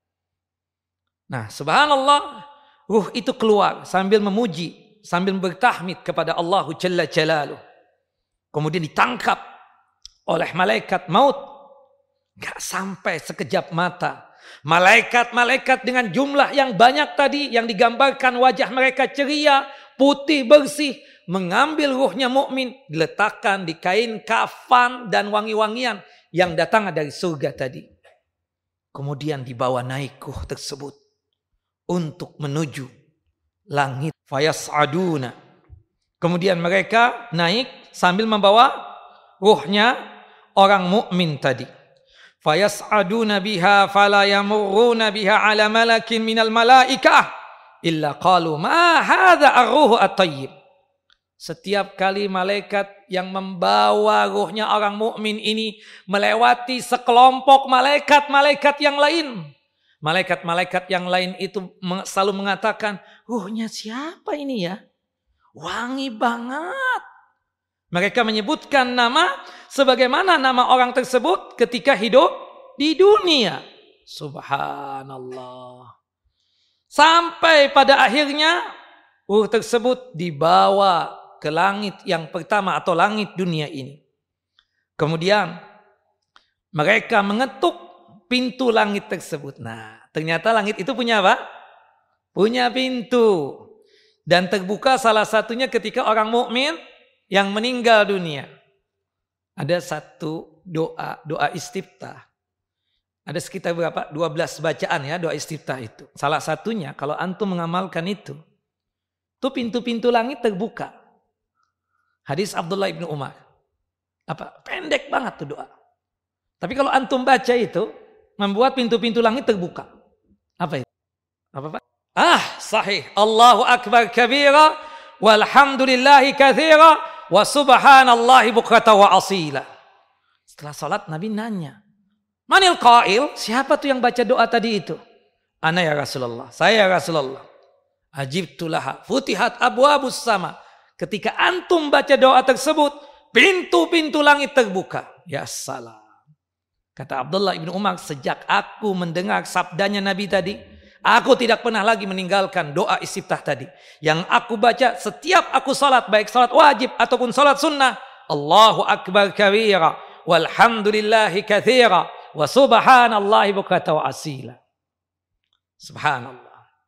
Speaker 1: Nah, subhanallah, ruh itu keluar sambil memuji, sambil bertahmid kepada Allah Jalla Jalaluh. Kemudian ditangkap oleh malaikat maut. Gak sampai sekejap mata. Malaikat-malaikat dengan jumlah yang banyak tadi, yang digambarkan wajah mereka ceria, putih, bersih, mengambil ruhnya mukmin, diletakkan di kain kafan dan wangi-wangian yang datang dari surga tadi. Kemudian dibawa naik ruh tersebut untuk menuju langit. Fayas'aduna. Kemudian mereka naik sambil membawa ruhnya orang mukmin tadi. Fayas'aduna biha fala yamurruna biha ala malakin minal malaikah illa qalu ma hadza ar-ruhu at-tayyib. Setiap kali malaikat yang membawa ruhnya orang mukmin ini melewati sekelompok malaikat-malaikat yang lain. Malaikat-malaikat yang lain itu selalu mengatakan, ruhnya siapa ini ya? Wangi banget. Mereka menyebutkan nama sebagaimana nama orang tersebut ketika hidup di dunia. Subhanallah. Sampai pada akhirnya ruh tersebut dibawa ke langit yang pertama atau langit dunia ini. Kemudian mereka mengetuk pintu langit tersebut. Nah, ternyata langit itu punya apa? Punya pintu. Dan terbuka salah satunya ketika orang mukmin yang meninggal dunia. Ada satu doa, doa istiftah. Ada sekitar berapa? dua belas bacaan ya doa istiftah itu. Salah satunya kalau antum mengamalkan itu, tuh pintu-pintu langit terbuka. Hadis Abdullah ibnu Umar. Apa? Pendek banget tuh doa. Tapi kalau antum baca itu, membuat pintu-pintu langit terbuka. Apa itu? Apa Pak? Ah, sahih. Allahu akbar kabira, walhamdulillahi katsira, wa subhanallahi bukrata wa asila. Setelah salat Nabi nanya, manil qail? Siapa tuh yang baca doa tadi itu? Ana ya Rasulullah. Saya ya Rasulullah. Ajibtu laha, futihat abwabus sama. Ketika antum baca doa tersebut, pintu-pintu langit terbuka. Ya salam. Kata Abdullah ibn Umar, sejak aku mendengar sabdanya Nabi tadi, aku tidak pernah lagi meninggalkan doa istiftah tadi. Yang aku baca setiap aku salat, baik salat wajib ataupun salat sunnah. Allahu akbar kabira, walhamdulillahi kathira, wa subhanallahi bukratan wa asila. Subhanallah.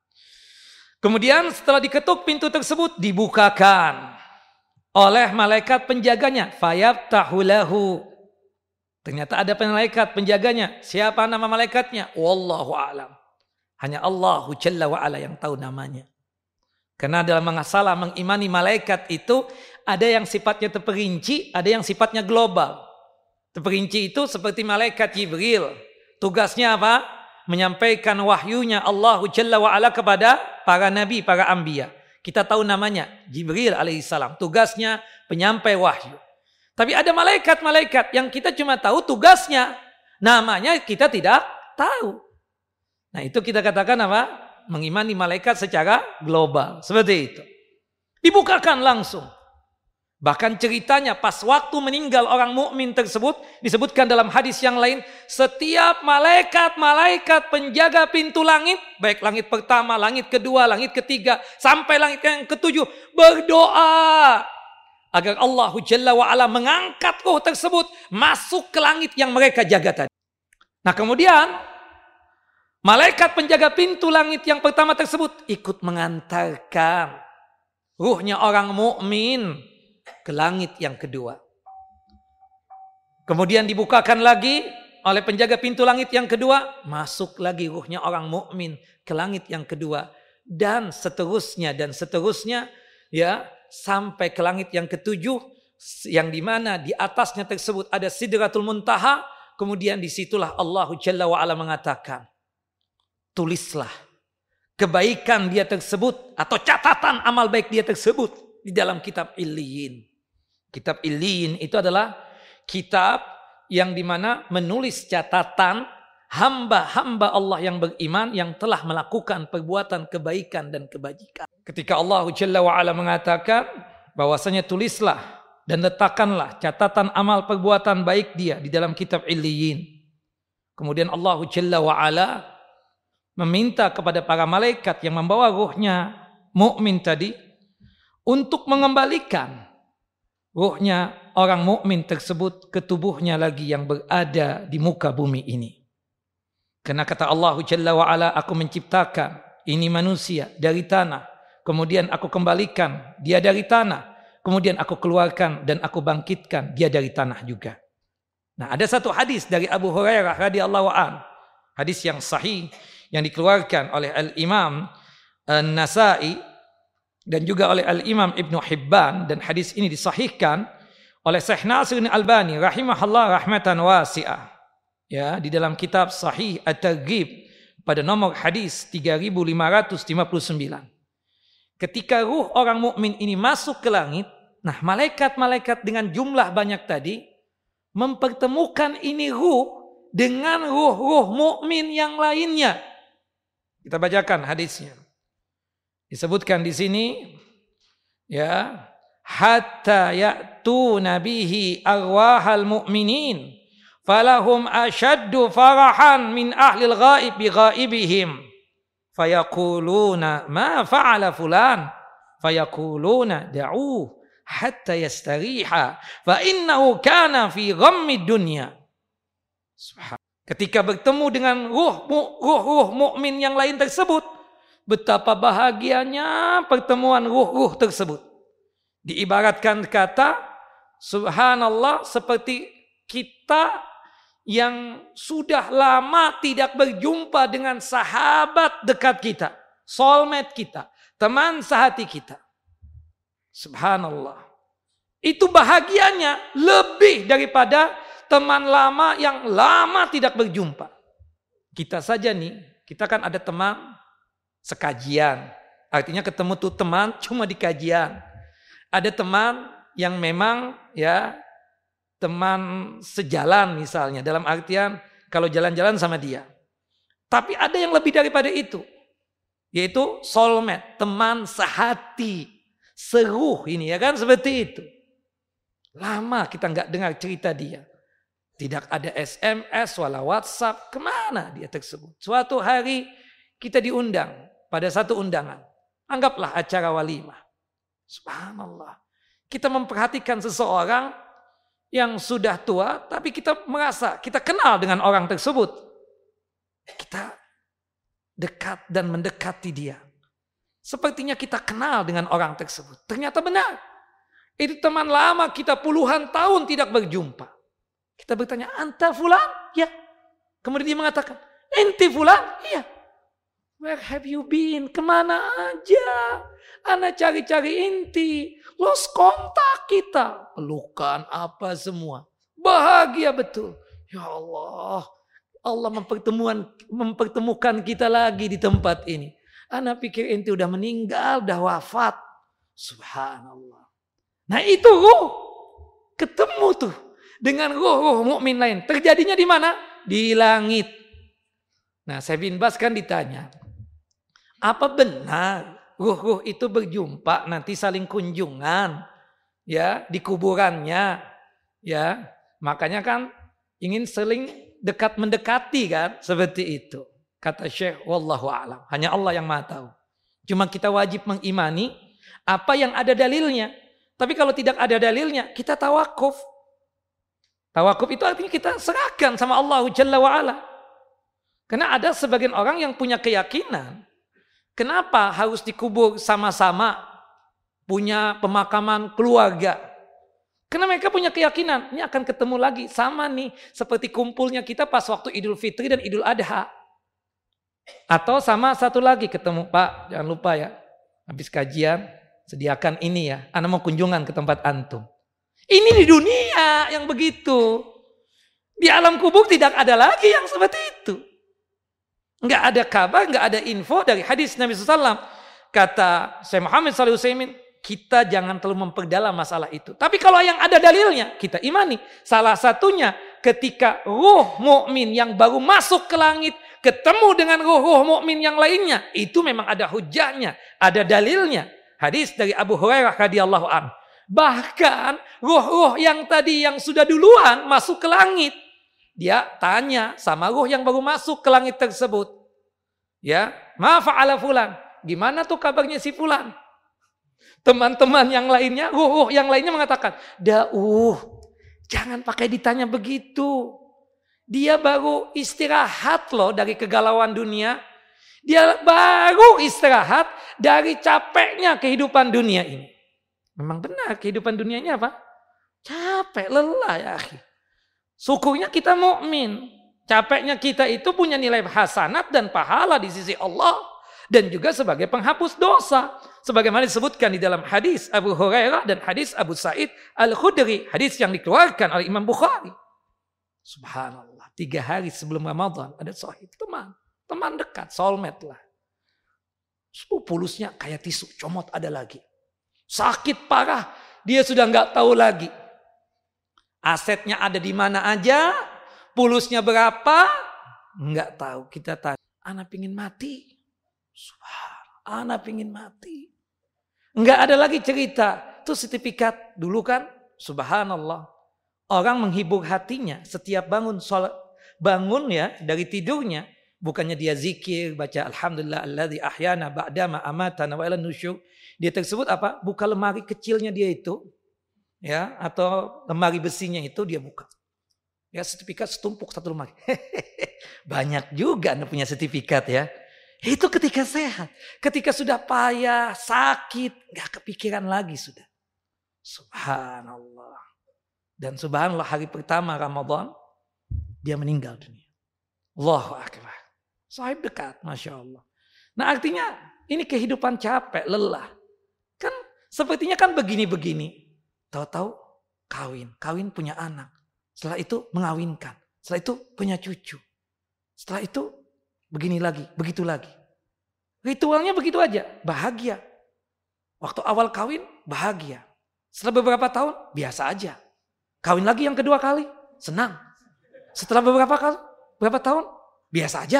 Speaker 1: Kemudian setelah diketuk pintu tersebut, dibukakan oleh malaikat penjaganya. Fayaftahu lahu. Ternyata ada malaikat penjaganya. Siapa nama malaikatnya? Wallahu a'lam. Hanya Allahu Jalla wa'ala yang tahu namanya. Karena dalam masalah mengimani malaikat itu ada yang sifatnya terperinci, ada yang sifatnya global. Terperinci itu seperti malaikat Jibril. Tugasnya apa? Menyampaikan wahyunya Allahu Jalla wa'ala kepada para nabi, para anbiya. Kita tahu namanya Jibril alaihissalam. Tugasnya penyampai wahyu. Tapi ada malaikat-malaikat yang kita cuma tahu tugasnya. Namanya kita tidak tahu. Nah itu kita katakan apa? Mengimani malaikat secara global. Seperti itu. Dibukakan langsung. Bahkan ceritanya pas waktu meninggal orang mukmin tersebut disebutkan dalam hadis yang lain, setiap malaikat-malaikat penjaga pintu langit, baik langit pertama, langit kedua, langit ketiga, sampai langit yang ketujuh, berdoa agar Allah Jalla wa'ala mengangkat ruh tersebut masuk ke langit yang mereka jaga tadi. Nah kemudian malaikat penjaga pintu langit yang pertama tersebut ikut mengantarkan ruhnya orang mukmin ke langit yang kedua. Kemudian dibukakan lagi oleh penjaga pintu langit yang kedua, masuk lagi ruhnya orang mukmin ke langit yang kedua, dan seterusnya dan seterusnya, ya, sampai ke langit yang ketujuh, yang dimana di atasnya tersebut ada Sidratul Muntaha. Kemudian disitulah Allah Jalla wa'ala mengatakan, tulislah kebaikan dia tersebut atau catatan amal baik dia tersebut di dalam kitab Illiyin. Kitab Illiyin itu adalah kitab yang dimana menulis catatan hamba-hamba Allah yang beriman yang telah melakukan perbuatan kebaikan dan kebajikan. Ketika Allah Jalla wa'ala mengatakan bahwasanya tulislah dan letakkanlah catatan amal perbuatan baik dia di dalam kitab Illiyin. Kemudian Allah Jalla wa'ala meminta kepada para malaikat yang membawa ruhnya mukmin tadi untuk mengembalikan ruhnya orang mukmin tersebut ke tubuhnya lagi yang berada di muka bumi ini. Karena kata Allah Jalla wa'ala, aku menciptakan ini manusia dari tanah, kemudian aku kembalikan dia dari tanah, kemudian aku keluarkan dan aku bangkitkan dia dari tanah juga. Nah, ada satu hadis dari Abu Hurairah radhiyallahu an, hadis yang sahih yang dikeluarkan oleh Al-Imam An-Nasai dan juga oleh Al-Imam Ibn Hibban, dan hadis ini disahihkan oleh Syekh Nasiruddin Albani rahimahullah rahmatan wasi'ah, ya, di dalam kitab Sahih At-Targhib pada nomor hadis tiga ribu lima ratus lima puluh sembilan. Ketika ruh orang mukmin ini masuk ke langit, nah malaikat-malaikat dengan jumlah banyak tadi mempertemukan ini ruh dengan ruh-ruh mukmin yang lainnya. Kita bacakan hadisnya. Disebutkan di sini, ya, hatta ya'tu nabihi arwahal mu'minin falahum ashaddu farahan min ahlil ghaib bi ghaibihim fayaquluna ma fa'ala fulan fayaquluna da'uh hatta yastariha fa innahu kana fi ghammid dunya. Ketika bertemu dengan ruh ruh mukmin yang lain tersebut, betapa bahagianya pertemuan ruh-ruh tersebut. Diibaratkan kata, subhanallah, seperti kita yang sudah lama tidak berjumpa dengan sahabat dekat kita, soulmate kita, teman sehati kita. Subhanallah. Itu bahagianya lebih daripada teman lama yang lama tidak berjumpa. Kita saja nih, kita kan ada teman sekajian. Artinya ketemu tuh teman cuma di kajian. Ada teman yang memang ya teman sejalan misalnya, dalam artian kalau jalan-jalan sama dia. Tapi ada yang lebih daripada itu, yaitu soulmate, teman sehati, seruh ini, ya kan, seperti itu. Lama kita nggak dengar cerita dia. Tidak ada S M S, wala WhatsApp. Kemana dia tersebut? Suatu hari kita diundang pada satu undangan. Anggaplah acara walimah. Subhanallah. Kita memperhatikan seseorang yang sudah tua, tapi kita merasa kita kenal dengan orang tersebut. Kita dekat dan mendekati dia. Sepertinya kita kenal dengan orang tersebut. Ternyata benar. Itu teman lama kita puluhan tahun tidak berjumpa. Kita bertanya, anta fulan? Ya. Kemudian dia mengatakan, enti fulan? Iya. Where have you been? Kemana aja? Ana cari-cari inti. Lost kontak kita. Pelukan apa semua. Bahagia betul. Ya Allah. Allah mempertemukan, mempertemukan kita lagi di tempat ini. Ana pikir inti udah meninggal, udah wafat. Subhanallah. Nah itu ruh. Ketemu tuh. Dengan ruh-ruh mukmin lain. Terjadinya di mana? Di langit. Nah, Syekh bin Baz kan ditanya, apa benar ruh-ruh itu berjumpa nanti saling kunjungan ya di kuburannya ya? Makanya kan ingin saling dekat mendekati kan seperti itu. Kata Syekh, wallahu a'lam. Hanya Allah yang Maha tahu. Cuma kita wajib mengimani apa yang ada dalilnya. Tapi kalau tidak ada dalilnya, kita tawakuf. Tawakuf itu artinya kita serahkan sama Allah Jalla wa'ala. Karena ada sebagian orang yang punya keyakinan. Kenapa harus dikubur sama-sama? Punya pemakaman keluarga. Karena mereka punya keyakinan. Ini akan ketemu lagi. Sama nih. Seperti kumpulnya kita pas waktu Idul Fitri dan Idul Adha. Atau sama satu lagi ketemu. Pak, jangan lupa ya. Habis kajian, sediakan ini ya. Ana mau kunjungan ke tempat antum. Ini di dunia yang begitu. Di alam kubur tidak ada lagi yang seperti itu. Enggak ada kabar, enggak ada info dari hadis Nabi shallallahu alaihi wasallam. Kata Syekh Muhammad shallallahu alaihi wasallam, kita jangan terlalu memperdalam masalah itu. Tapi kalau yang ada dalilnya, kita imani. Salah satunya ketika ruh mukmin yang baru masuk ke langit ketemu dengan ruh-ruh mukmin yang lainnya, itu memang ada hujahnya, ada dalilnya. Hadis dari Abu Hurairah radhiyallahu anhu. Bahkan ruh-ruh yang tadi yang sudah duluan masuk ke langit, dia tanya sama ruh yang baru masuk ke langit tersebut. Ya, ma fa'ala fulan? Gimana tuh kabarnya si fulan? Teman-teman yang lainnya, ruh-ruh yang lainnya mengatakan, "Dauh, jangan pakai ditanya begitu. Dia baru istirahat loh dari kegalauan dunia. Dia baru istirahat dari capeknya kehidupan dunia ini." Memang benar kehidupan dunianya apa? Capek, lelah ya akhi. Syukurnya kita mukmin. Capeknya kita itu punya nilai hasanat dan pahala di sisi Allah. Dan juga sebagai penghapus dosa. Sebagaimana disebutkan di dalam hadis Abu Hurairah dan hadis Abu Sa'id Al-Khudri. Hadis yang dikeluarkan oleh Imam Bukhari. Subhanallah. Tiga hari sebelum Ramadan ada sahib teman. Teman dekat, soulmate lah. Pulusnya kayak tisu, comot ada lagi. Sakit parah, dia sudah nggak tahu lagi. Asetnya ada di mana aja, pulusnya berapa, nggak tahu. Kita tanya, ana pingin mati. Subhanallah, ana pingin mati. Nggak ada lagi cerita. Itu sertifikat dulu kan, subhanallah. Orang menghibur hatinya setiap bangun sholat, bangun ya dari tidurnya. Bukannya dia zikir, baca alhamdulillah alladzi ahyana ba'dama amatana wa ilan nusyur. Dia tersebut apa? Buka lemari kecilnya dia itu. Ya, atau lemari besinya itu dia buka. Ya, sertifikat setumpuk satu lemari. Banyak juga Anda punya sertifikat ya. Itu ketika sehat. Ketika sudah payah, sakit, gak kepikiran lagi sudah. Subhanallah. Dan subhanallah hari pertama Ramadan, dia meninggal dunia. Allahu Akbar. Sahib dekat, Masya Allah. Nah artinya ini kehidupan capek, lelah. Kan sepertinya kan begini-begini. Tahu-tahu kawin. Kawin punya anak. Setelah itu mengawinkan. Setelah itu punya cucu. Setelah itu begini lagi, begitu lagi. Ritualnya begitu aja. Bahagia. Waktu awal kawin, bahagia. Setelah beberapa tahun, biasa aja. Kawin lagi yang kedua kali, senang. Setelah beberapa kali, berapa tahun, biasa aja.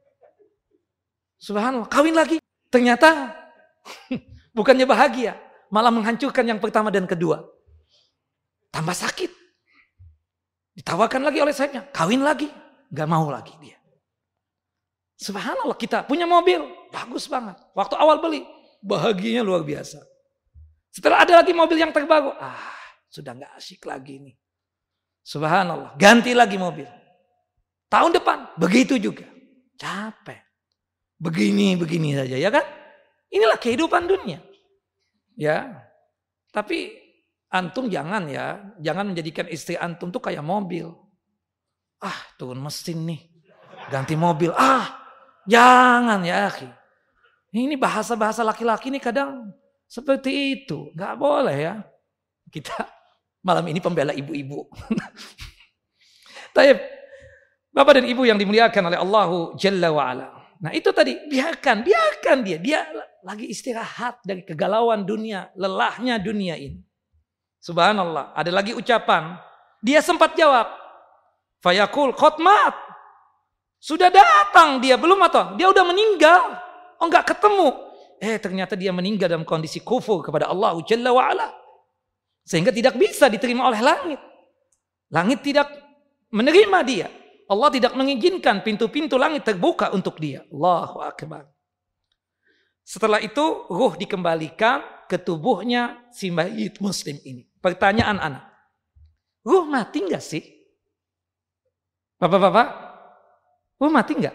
Speaker 1: Subhanallah, kawin lagi. Ternyata bukannya bahagia, malah menghancurkan yang pertama dan kedua. Tambah sakit. Ditawarkan lagi oleh sahibnya, kawin lagi. Gak mau lagi dia. Subhanallah, kita punya mobil, bagus banget. Waktu awal beli, bahagianya luar biasa. Setelah ada lagi mobil yang terbaru, ah sudah gak asyik lagi nih. Subhanallah, ganti lagi mobil. Tahun depan, begitu juga. Capek. Begini-begini saja, ya kan? Inilah kehidupan dunia. Ya, tapi antum jangan ya, jangan menjadikan istri antum tuh kayak mobil. Ah, turun mesin nih, ganti mobil. Ah, jangan ya, akhi. Ini bahasa-bahasa laki-laki nih kadang seperti itu, nggak boleh ya. Kita malam ini pembela ibu-ibu. Taib, Bapak dan Ibu yang dimuliakan oleh Allahu Jalla wa'ala. Nah itu tadi, biarkan, biarkan dia. Dia lagi istirahat dari kegalauan dunia, lelahnya dunia ini. Subhanallah, ada lagi ucapan. Dia sempat jawab. Fayaqul khotmat. Sudah datang dia, belum atau? Dia udah meninggal. Oh enggak ketemu. Eh ternyata dia meninggal dalam kondisi kufur kepada Allah Jalla wa'ala. Sehingga tidak bisa diterima oleh langit. Langit tidak menerima dia. Allah tidak mengizinkan pintu-pintu langit terbuka untuk dia. Allahu Akbar. Setelah itu ruh dikembalikan ke tubuhnya si mayit muslim ini. Pertanyaan anak. Ruh mati enggak sih? Bapak-bapak, ruh mati enggak?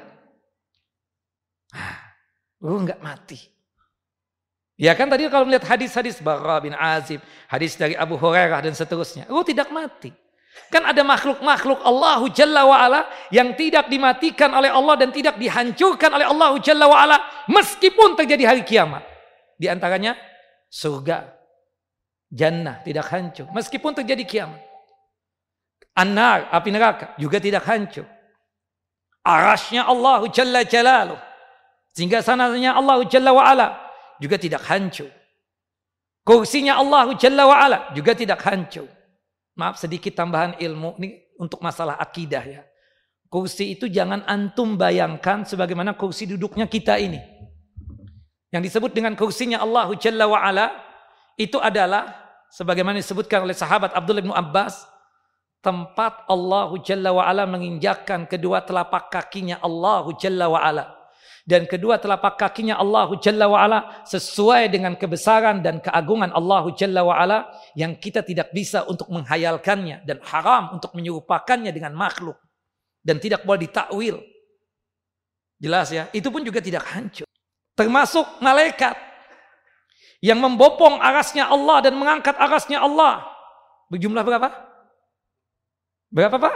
Speaker 1: Ruh enggak mati. Ya kan tadi kalau melihat hadis-hadis Bara bin Azib, hadis dari Abu Hurairah dan seterusnya. Ruh tidak mati. Kan ada makhluk-makhluk Allahu Jalla wa'ala yang tidak dimatikan oleh Allah dan tidak dihancurkan oleh Allahu Jalla wa'ala meskipun terjadi hari kiamat. Di antaranya surga, jannah tidak hancur meskipun terjadi kiamat. An-nar, api neraka juga tidak hancur. Arasnya Allahu Jalla Jalaluh, sehingga sananya Allahu Jalla wa'ala juga tidak hancur. Kursinya Allahu Jalla wa'ala juga tidak hancur. Maaf sedikit tambahan ilmu ini untuk masalah akidah ya. Kursi itu jangan antum bayangkan sebagaimana kursi duduknya kita ini. Yang disebut dengan kursinya Allahu Jalla wa'ala itu adalah sebagaimana disebutkan oleh sahabat Abdullah bin Abbas, tempat Allahu Jalla wa'ala menginjakkan kedua telapak kakinya Allahu Jalla wa'ala. Dan kedua telapak kakinya Allahu Jalla wa'ala sesuai dengan kebesaran dan keagungan Allahu Jalla wa'ala yang kita tidak bisa untuk menghayalkannya dan haram untuk menyerupakannya dengan makhluk dan tidak boleh ditakwil. Jelas ya, itu pun juga tidak hancur. Termasuk malaikat yang membopong arasnya Allah dan mengangkat arasnya Allah. Berjumlah berapa? Berapa Pak?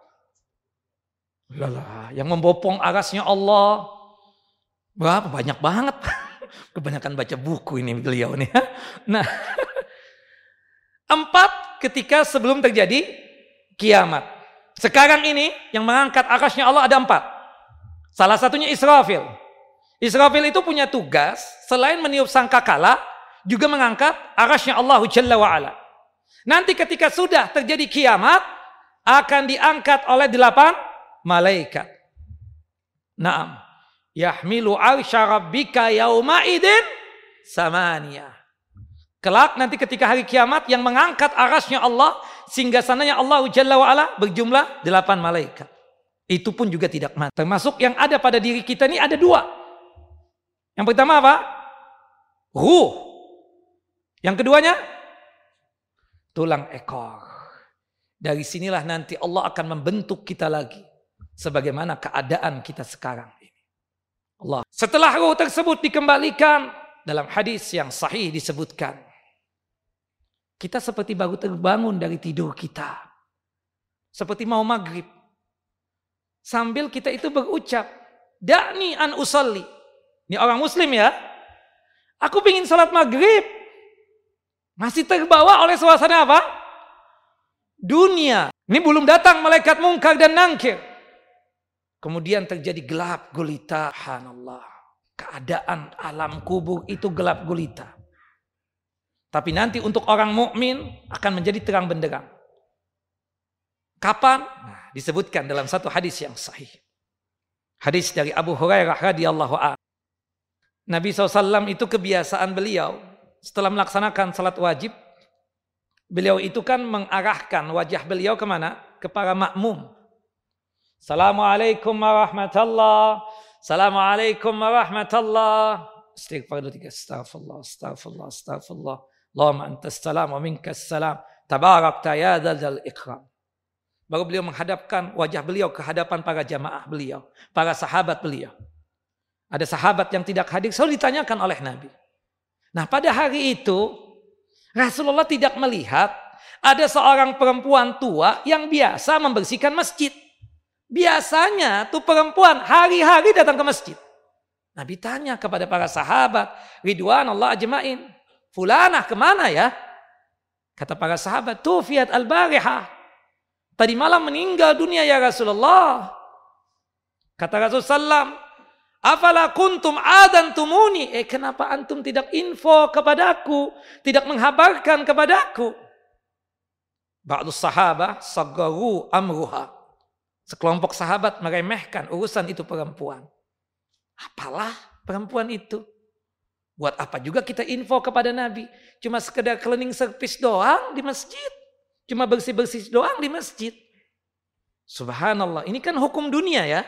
Speaker 1: Lalah, yang membopong arasnya Allah berapa? Banyak banget. Kebanyakan baca buku ini beliau nih. Nah, empat ketika sebelum terjadi kiamat. Sekarang ini yang mengangkat arasnya Allah ada empat. Salah satunya Israfil. Israfil itu punya tugas selain meniup sangkakala juga mengangkat arasnya Allahu Jalla wa'ala. Nanti ketika sudah terjadi kiamat akan diangkat oleh delapan malaikat. Naam. Yahmilu arsya rabbika yauma idin samania. Kelak nanti ketika hari kiamat yang mengangkat arasnya Allah sehingga sananya Allah Jalla wa'ala berjumlah delapan malaikat. Itu pun juga tidak mati. Termasuk yang ada pada diri kita ini ada dua. Yang pertama apa? Ruh. Yang keduanya tulang ekor. Dari sinilah nanti Allah akan membentuk kita lagi sebagaimana keadaan kita sekarang. Allah. Setelah ruh tersebut dikembalikan dalam hadis yang sahih disebutkan, kita seperti baru terbangun dari tidur kita, seperti mau maghrib, sambil kita itu berucap, da'ni an usalli. Ini orang muslim ya, aku pengen salat maghrib, masih terbawa oleh suasana apa? Dunia. Ini belum datang malaikat mungkar dan nangkir. Kemudian terjadi gelap gulita. Subhanallah. Keadaan alam kubur itu gelap gulita. Tapi nanti untuk orang mukmin akan menjadi terang benderang. Kapan? Nah, disebutkan dalam satu hadis yang sahih. Hadis dari Abu Hurairah radhiyallahu anhu. Nabi shallallahu alaihi wasallam itu kebiasaan beliau setelah melaksanakan salat wajib, beliau itu kan mengarahkan wajah beliau kemana? ke para makmum. Assalamualaikum warahmatullah. Assalamualaikum warahmatullah. Istighfar dulu tiga. Astaghfirullah, astaghfirullah, astaghfirullah. Allahumma antas salam wa minkas salam. Tabarakta ya dzal ikram. Baru beliau menghadapkan wajah beliau ke hadapan para jamaah beliau, para sahabat beliau. Ada sahabat yang tidak hadir, selalu ditanyakan oleh Nabi. Nah, pada hari itu Rasulullah tidak melihat ada seorang perempuan tua yang biasa membersihkan masjid. Biasanya tuh perempuan hari-hari datang ke masjid. Nabi tanya kepada para sahabat, ridwanullah ajmain, fulanah kemana ya? Kata para sahabat, tufiyat al-barihah. Tadi malam meninggal dunia ya Rasulullah. Kata Rasulullah sallallahu alaihi wasallam, afala kuntum adantumuni? Eh kenapa antum tidak info kepadaku, tidak menghabarkan kepadaku? Ba'du sahabah saggaru amruha. Sekelompok sahabat meremehkan urusan itu perempuan. Apalah perempuan itu? Buat apa juga kita info kepada Nabi? Cuma sekedar cleaning service doang di masjid. Cuma bersih-bersih doang di masjid. Subhanallah, ini kan hukum dunia ya.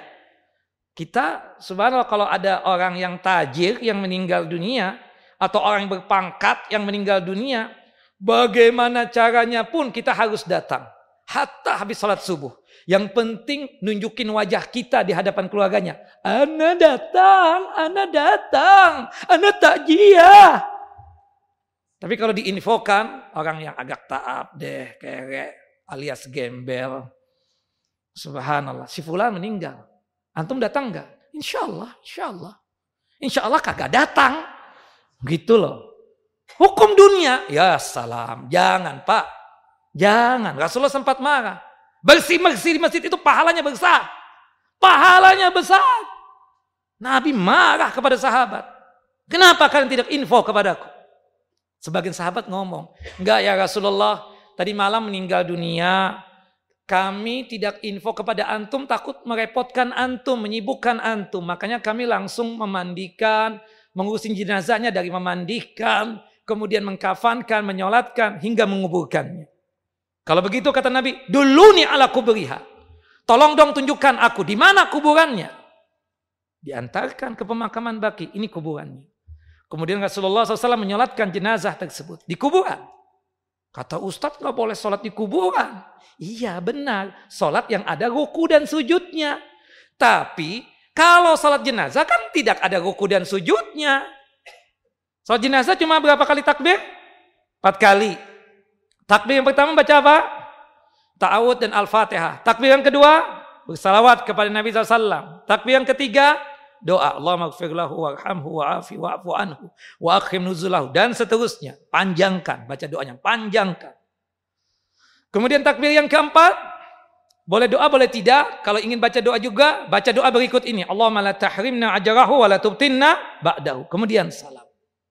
Speaker 1: Kita, subhanallah, kalau ada orang yang tajir yang meninggal dunia, atau orang yang berpangkat yang meninggal dunia, bagaimana caranya pun kita harus datang. Hatta habis salat subuh. Yang penting nunjukin wajah kita di hadapan keluarganya. Ana datang, ana datang, ana takjiah. Tapi kalau diinfokan, orang yang agak taat deh, kerek, alias gembel. Subhanallah, si fulan meninggal. Antum datang enggak? Insya Allah, insya Allah. Insya Allah kagak datang. Gitu loh. Hukum dunia. Ya salam. Jangan Pak. Jangan. Rasulullah sempat marah. Bersih-bersih di masjid itu pahalanya besar. Pahalanya besar. Nabi marah kepada sahabat. Kenapa kalian tidak info kepadaku? Sebagian sahabat ngomong. Enggak ya Rasulullah. Tadi malam meninggal dunia. Kami tidak info kepada antum, takut merepotkan antum, menyibukkan antum. Makanya kami langsung memandikan, mengurusin jenazahnya dari memandikan, kemudian mengkafankan, menyolatkan, hingga menguburkannya. Kalau begitu kata Nabi, duluni ala kubriha. Tolong dong tunjukkan aku, di mana kuburannya? Diantarkan ke pemakaman baki, ini kuburannya. Kemudian Rasulullah shallallahu alaihi wasallam menyolatkan jenazah tersebut di kuburan. Kata Ustadz nggak boleh sholat di kuburan. Iya benar, sholat yang ada ruku dan sujudnya. Tapi kalau sholat jenazah kan tidak ada ruku dan sujudnya. Sholat jenazah cuma berapa kali takbir? Empat kali. Takbir yang pertama baca apa? Ta'awud dan Al-Fatihah. Takbir yang kedua bersalawat kepada Nabi shallallahu alaihi wasallam. Takbir yang ketiga doa, Allahumma ighfir lahu warhamhu wa'afi wa'fu anhu wa akhrim nuzulahu, dan seterusnya. Panjangkan, baca doanya, panjangkan. Kemudian takbir yang keempat, boleh doa boleh tidak. Kalau ingin baca doa juga, baca doa berikut ini, Allahumma la tahrimna ajrahu wa la tubtinna ba'dahu. Kemudian salam.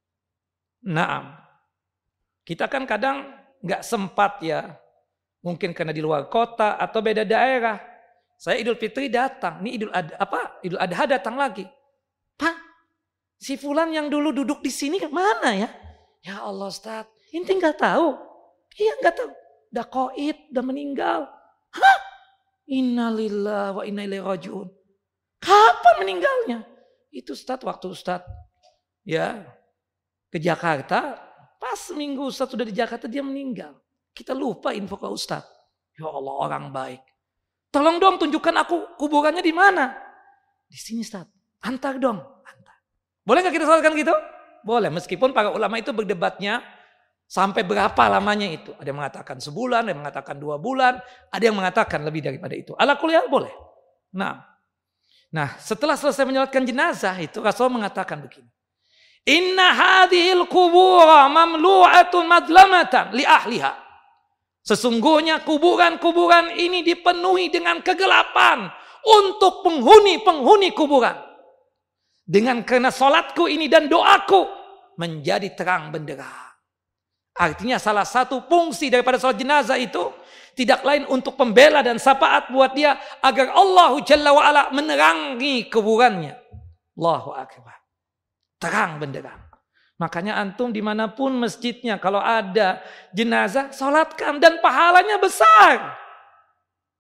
Speaker 1: Naam. Kita kan kadang nggak sempat ya, mungkin karena di luar kota atau beda daerah. Saya Idul Fitri datang, ini Idul Adha, apa? Idul Adha datang lagi. Pak, si fulan yang dulu duduk di sini mana ya? Ya Allah Ustaz, inti nggak tahu. Iya nggak tahu. Udah koid, udah meninggal. Hah? Innalillahi wa inna ilaihi rajiun. Kapan meninggalnya? Itu Ustaz waktu Ustaz ya ke Jakarta, pas seminggu Ustaz sudah di Jakarta dia meninggal. Kita lupa info ke Ustaz. Ya Allah orang baik. Tolong dong tunjukkan aku kuburannya di mana. Di sini Ustaz. Antar dong. Antar. Boleh nggak kita salatkan gitu? Boleh. Meskipun para ulama itu berdebatnya sampai berapa lamanya itu. Ada yang mengatakan sebulan, ada yang mengatakan dua bulan, ada yang mengatakan lebih daripada itu. Ala kuliah boleh. Nah, nah setelah selesai menyolatkan jenazah itu Rasul mengatakan begini. Inna hadhil qubura mamlu'atun madlamatan li ahliha. Sesungguhnya kuburan-kuburan ini dipenuhi dengan kegelapan untuk penghuni-penghuni kuburan. Dengan karena solatku ini dan doaku menjadi terang benderang. Artinya salah satu fungsi daripada sholat jenazah itu tidak lain untuk pembela dan syafaat buat dia agar Allah Jalla wa'ala menerangi kuburannya. Allahu Akbar. Terang benderang. Makanya antum dimanapun masjidnya kalau ada jenazah, sholatkan dan pahalanya besar.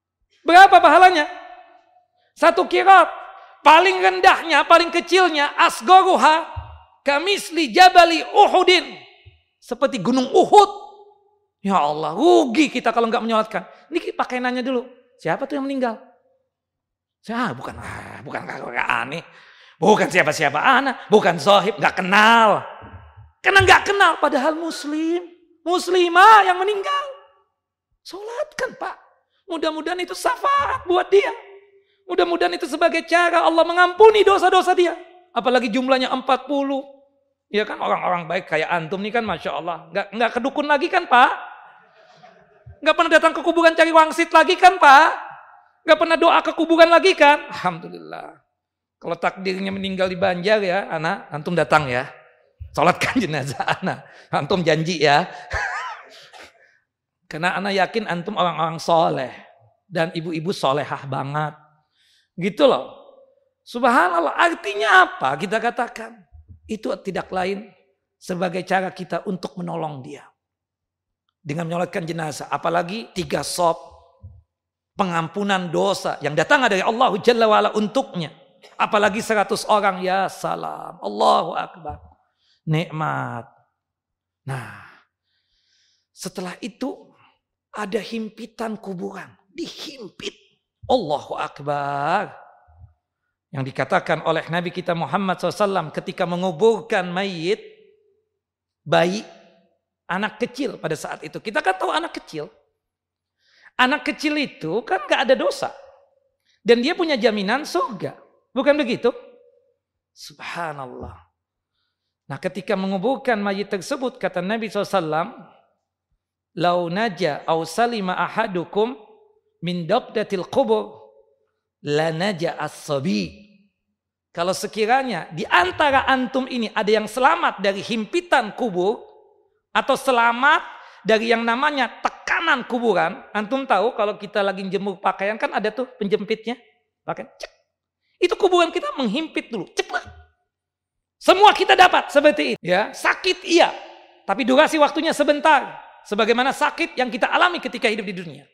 Speaker 1: Berapa pahalanya? Satu qiraat. Paling rendahnya, paling kecilnya, asgharuha kamisli jabali Uhudin. Seperti gunung Uhud. Ya Allah, rugi kita kalau nggak menyolatkan. Ini pakai nanya dulu. Siapa tuh yang meninggal? Ah, bukan, ah, bukan kakak aneh. Bukan siapa-siapa anak. Bukan Zohib, nggak kenal. Karena nggak kenal, padahal muslim. Muslimah yang meninggal. Sholatkan Pak. Mudah-mudahan itu syafaat buat dia. Mudah-mudahan itu sebagai cara Allah mengampuni dosa-dosa dia. Apalagi jumlahnya empat puluh. Ya kan orang-orang baik kayak antum nih kan Masya Allah. Nggak, nggak kedukun lagi kan Pak? Nggak pernah datang ke kuburan cari wangsit lagi kan Pak? Gak pernah doa ke kuburan lagi kan? Alhamdulillah. Kalau takdirnya meninggal di Banjar ya, anak, antum datang ya. Sholatkan jenazah anak. Antum janji ya. Karena anak yakin antum orang-orang soleh. Dan ibu-ibu solehah banget. Gitu loh. Subhanallah. Artinya apa? Kita katakan. Itu tidak lain sebagai cara kita untuk menolong dia. Dengan menyolatkan jenazah. Apalagi tiga sop. Pengampunan dosa yang datang dari Allah Jalla wa'ala untuknya. Apalagi seratus orang, ya salam. Allahu Akbar. Nikmat. Nah, setelah itu ada himpitan kuburan. Dihimpit. Allahu Akbar. Yang dikatakan oleh Nabi kita Muhammad shallallahu alaihi wasallam ketika menguburkan mayit bayi, anak kecil pada saat itu. Kita kan tahu anak kecil. Anak kecil itu kan gak ada dosa. Dan dia punya jaminan surga. Bukan begitu? Subhanallah. Nah ketika menguburkan mayit tersebut, kata Nabi shallallahu alaihi wasallam, Lau naja au salima ahadukum min daqdatil qubur la naja as-sabi. Kalau sekiranya di antara antum ini ada yang selamat dari himpitan kubur, atau selamat dari yang namanya tekanan kuburan. Antum tahu kalau kita lagi jemur pakaian kan ada tuh penjepitnya. Pakaian, cek. Itu kuburan kita menghimpit dulu, cepat. Semua kita dapat seperti itu. Ya, sakit iya, tapi durasi waktunya sebentar. Sebagaimana sakit yang kita alami ketika hidup di dunia.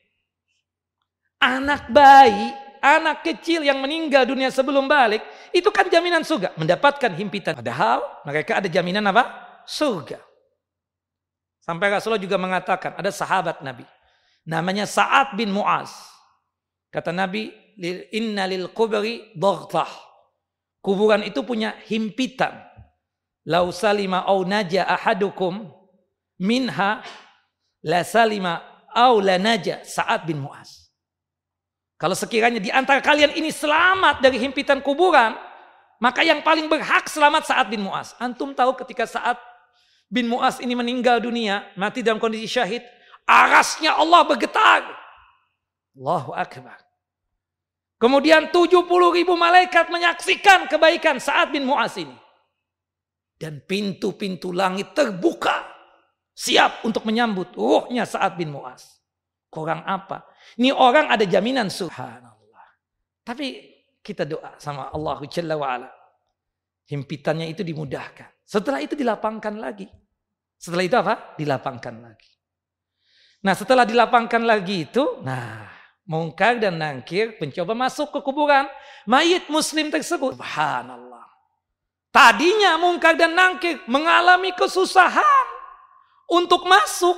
Speaker 1: Anak bayi, anak kecil yang meninggal dunia sebelum balik, itu kan jaminan surga, mendapatkan himpitan. Padahal mereka ada jaminan apa? Surga. Sampai Rasulullah juga mengatakan, ada sahabat Nabi, namanya Sa'ad bin Mu'az. Kata Nabi, inna lil kubri daghtah. Kuburan itu punya himpitan. Lau salima au naja ahadukum minha la salima au la naja Sa'ad bin Mu'az. Kalau sekiranya di antara kalian ini selamat dari himpitan kuburan, maka yang paling berhak selamat Sa'ad bin Mu'az. Antum tahu ketika Sa'ad bin Mu'az ini meninggal dunia, mati dalam kondisi syahid, arasnya Allah bergetar. Allahu Akbar. Kemudian tujuh puluh ribu malaikat menyaksikan kebaikan Sa'ad bin Mu'az ini. Dan pintu-pintu langit terbuka, siap untuk menyambut ruhnya Sa'ad bin Mu'az. Kurang apa? Ini orang ada jaminan subhanallah. Tapi kita doa sama Allah Jalla wa'ala. Himpitannya itu dimudahkan. Setelah itu dilapangkan lagi. Setelah itu apa? Dilapangkan lagi. Nah setelah dilapangkan lagi itu, nah Mungkar dan Nakir mencoba masuk ke kuburan mayit muslim tersebut. Subhanallah. Tadinya Mungkar dan Nakir mengalami kesusahan untuk masuk.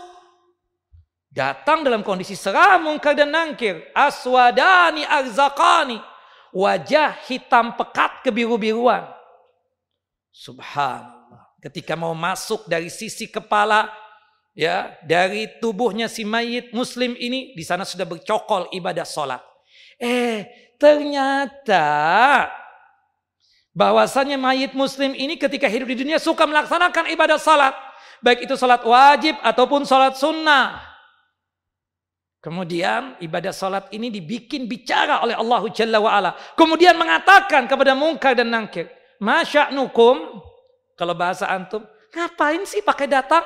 Speaker 1: Datang dalam kondisi seram Mungkar dan Nakir. Aswadani arzakani. Wajah hitam pekat kebiru-biruan. Subhanallah. Ketika mau masuk dari sisi kepala, ya, dari tubuhnya si mayit muslim ini, di sana sudah bercokol ibadah sholat. Eh, ternyata bahwasannya mayit muslim ini ketika hidup di dunia suka melaksanakan ibadah sholat. Baik itu sholat wajib ataupun sholat sunnah. Kemudian ibadah sholat ini dibikin bicara oleh Allah Jalla wa'ala. Kemudian mengatakan kepada Mungkar dan Nakir, masya'nukum, kalau bahasa antum, ngapain sih pakai datang?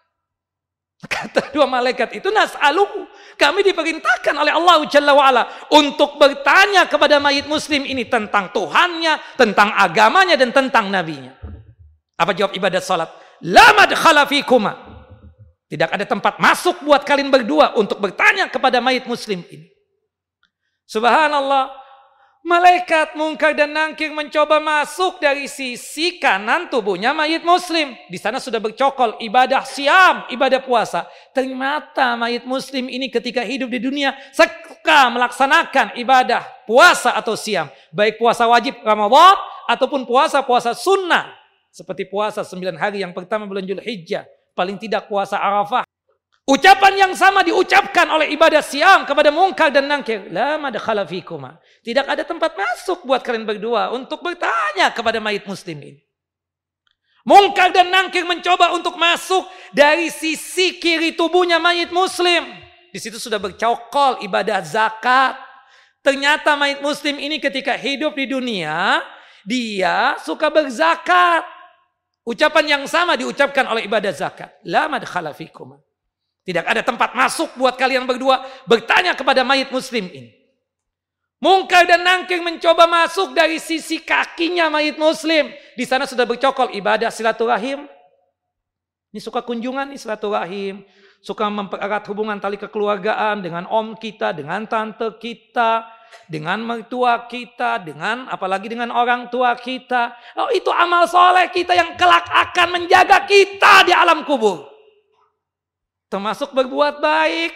Speaker 1: Kata dua malaikat itu, nas'aluhu, kami diperintahkan oleh Allah Jalla wa'ala untuk bertanya kepada mayit muslim ini tentang Tuhannya, tentang agamanya, dan tentang nabinya. Apa jawab ibadah sholat? La madkhala fikuma. Tidak ada tempat masuk buat kalian berdua untuk bertanya kepada mayit muslim ini. Subhanallah, malaikat mungkar dan nangkir mencoba masuk dari sisi kanan tubuhnya mayit muslim. Di sana sudah bercokol ibadah siam, ibadah puasa. Ternyata mayit muslim ini ketika hidup di dunia suka melaksanakan ibadah puasa atau siam. Baik puasa wajib Ramadan ataupun puasa-puasa sunnah. Seperti puasa sembilan hari yang pertama bulan Dzulhijjah. Paling tidak puasa Arafah. Ucapan yang sama diucapkan oleh ibadah siam kepada mungkar dan nangkir. La madkhala fikuma. Tidak ada tempat masuk buat kalian berdua untuk bertanya kepada mayit muslim ini. Mungkar dan nangkir mencoba untuk masuk dari sisi kiri tubuhnya mayit muslim. Di situ sudah bercokol ibadah zakat. Ternyata mayit muslim ini ketika hidup di dunia, dia suka berzakat. Ucapan yang sama diucapkan oleh ibadah zakat. La madkhala fikuma. Tidak ada tempat masuk buat kalian berdua bertanya kepada mayit muslim ini. Mungkar dan nangkir mencoba masuk dari sisi kakinya mayit muslim. Di sana sudah bercokol ibadah silaturahim. Ini suka kunjungan nih silaturahim. Suka mempererat hubungan tali kekeluargaan dengan om kita, dengan tante kita, dengan mertua kita, dengan apalagi dengan orang tua kita. Oh, itu amal soleh kita yang kelak akan menjaga kita di alam kubur. Termasuk berbuat baik.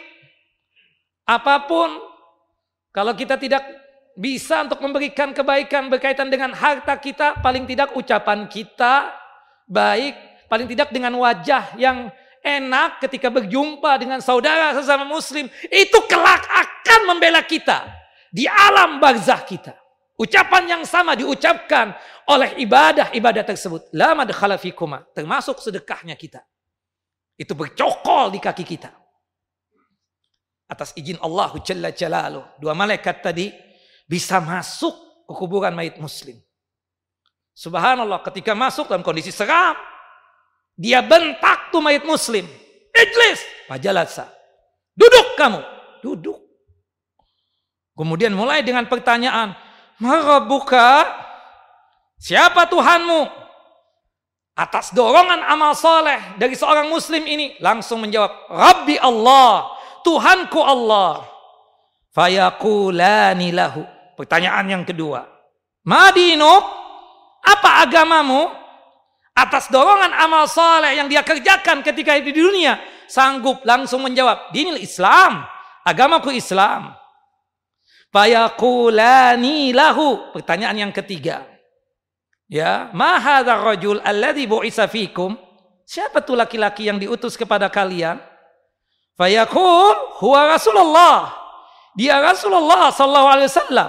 Speaker 1: Apapun. Kalau kita tidak bisa untuk memberikan kebaikan berkaitan dengan harta kita. Paling tidak ucapan kita baik. Paling tidak dengan wajah yang enak ketika berjumpa dengan saudara sesama muslim. Itu kelak akan membela kita. Di alam barzah kita. Ucapan yang sama diucapkan oleh ibadah-ibadah tersebut. La madkhala fikuma. Termasuk sedekahnya kita. Itu bercokol di kaki kita. Atas izin Allah Jalla Jalaluh. Dua malaikat tadi bisa masuk ke kuburan mayit muslim. Subhanallah, ketika masuk dalam kondisi seram, dia bentak tuh mayit muslim. Ijlis, fajalasa. Duduk kamu. Duduk. Kemudian mulai dengan pertanyaan. Marabbuka? Siapa Tuhanmu? Atas dorongan amal soleh dari seorang muslim ini langsung menjawab, Rabbi Allah, Tuhanku Allah. Fayaqulani lahu. Pertanyaan yang kedua, Madinuk, apa agamamu? Atas dorongan amal soleh yang dia kerjakan ketika di dunia, sanggup langsung menjawab, dinil Islam, agamaku Islam. Fayaqulani lahu. Pertanyaan yang ketiga, ya, ma hadzal rajul alladzi bu'itsa fikum? Siapa tuh laki-laki yang diutus kepada kalian? Fayaqul huwa Rasulullah. Dia Rasulullah sallallahu alaihi wasallam.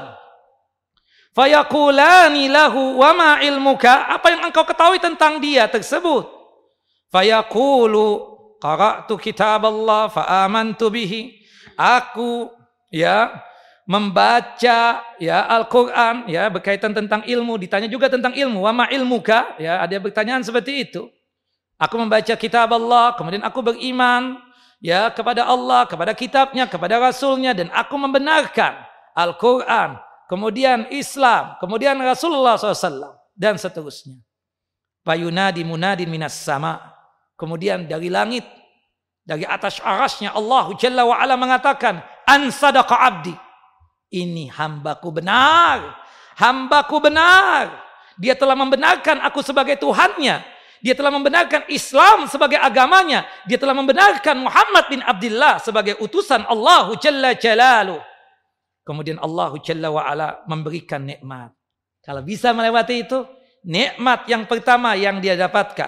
Speaker 1: Fayaqulani lahu wa ma ilmuka? Apa yang engkau ketahui tentang dia tersebut? Fayaqulu qara'tu kitaballah fa amantu bihi. Aku ya membaca ya Al-Quran ya berkaitan tentang ilmu. Ditanya juga tentang ilmu. Wa ma ilmuka? Ya, ada pertanyaan seperti itu. Aku membaca kitab Allah, kemudian aku beriman ya kepada Allah, kepada kitabnya, kepada rasulnya, dan aku membenarkan Al-Quran, kemudian Islam, kemudian Rasulullah shallallahu alaihi wasallam, dan seterusnya. Fayunadi munadin minas sama. Kemudian dari langit, dari atas arasnya Allah Jalla wa'ala mengatakan, an sadaqa abdi. Ini hambaku benar. Hambaku benar. Dia telah membenarkan aku sebagai Tuhannya. Dia telah membenarkan Islam sebagai agamanya. Dia telah membenarkan Muhammad bin Abdullah sebagai utusan Allah Jalla Jalaluh. Kemudian Allah Jalla wa'ala memberikan nikmat. Kalau bisa melewati itu, nikmat yang pertama yang dia dapatkan.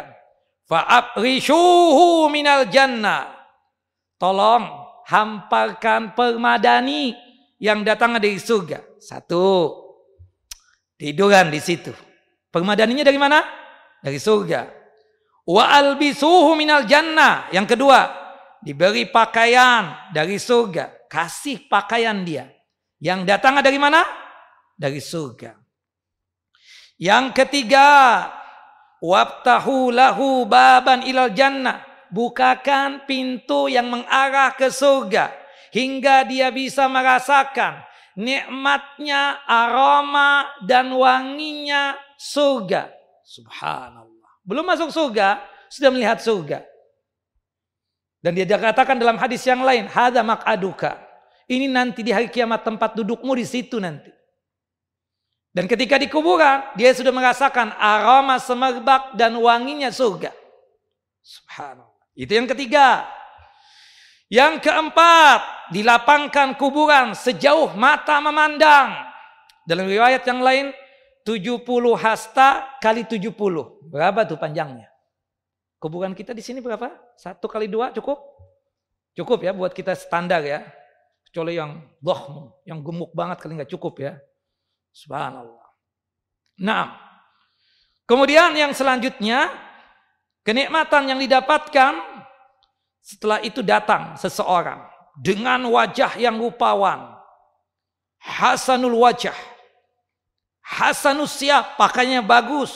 Speaker 1: Fa'abrishuhu minal jannah. Tolong hamparkan permadani yang datang dari surga. Satu, tiduran di situ. Permadaninya dari mana? Dari surga. Wa albisuhu minal jannah. Yang kedua, diberi pakaian dari surga. Kasih pakaian dia. Yang datang dari mana? Dari surga. Yang ketiga, wabtahu lahu baban ilal jannah. Bukakan pintu yang mengarah ke surga. Hingga dia bisa merasakan nikmatnya, aroma dan wanginya surga. Subhanallah. Belum masuk surga, sudah melihat surga. Dan dia katakan dalam hadis yang lain, hadza maq'aduka. Ini nanti di hari kiamat tempat dudukmu di situ nanti. Dan ketika di kuburan, dia sudah merasakan aroma semerbak dan wanginya surga. Subhanallah. Itu yang ketiga. Yang keempat, dilapangkan kuburan sejauh mata memandang. Dalam riwayat yang lain, tujuh puluh hasta kali tujuh puluh. Berapa tuh panjangnya? Kuburan kita di sini berapa? Satu kali dua cukup? Cukup ya buat kita standar ya. Kecuali yang boh, yang gemuk banget kali nggak cukup ya. Subhanallah. Nah, kemudian yang selanjutnya, kenikmatan yang didapatkan setelah itu datang seseorang dengan wajah yang rupawan, hasanul wajah, hasanus siap, pakaiannya bagus,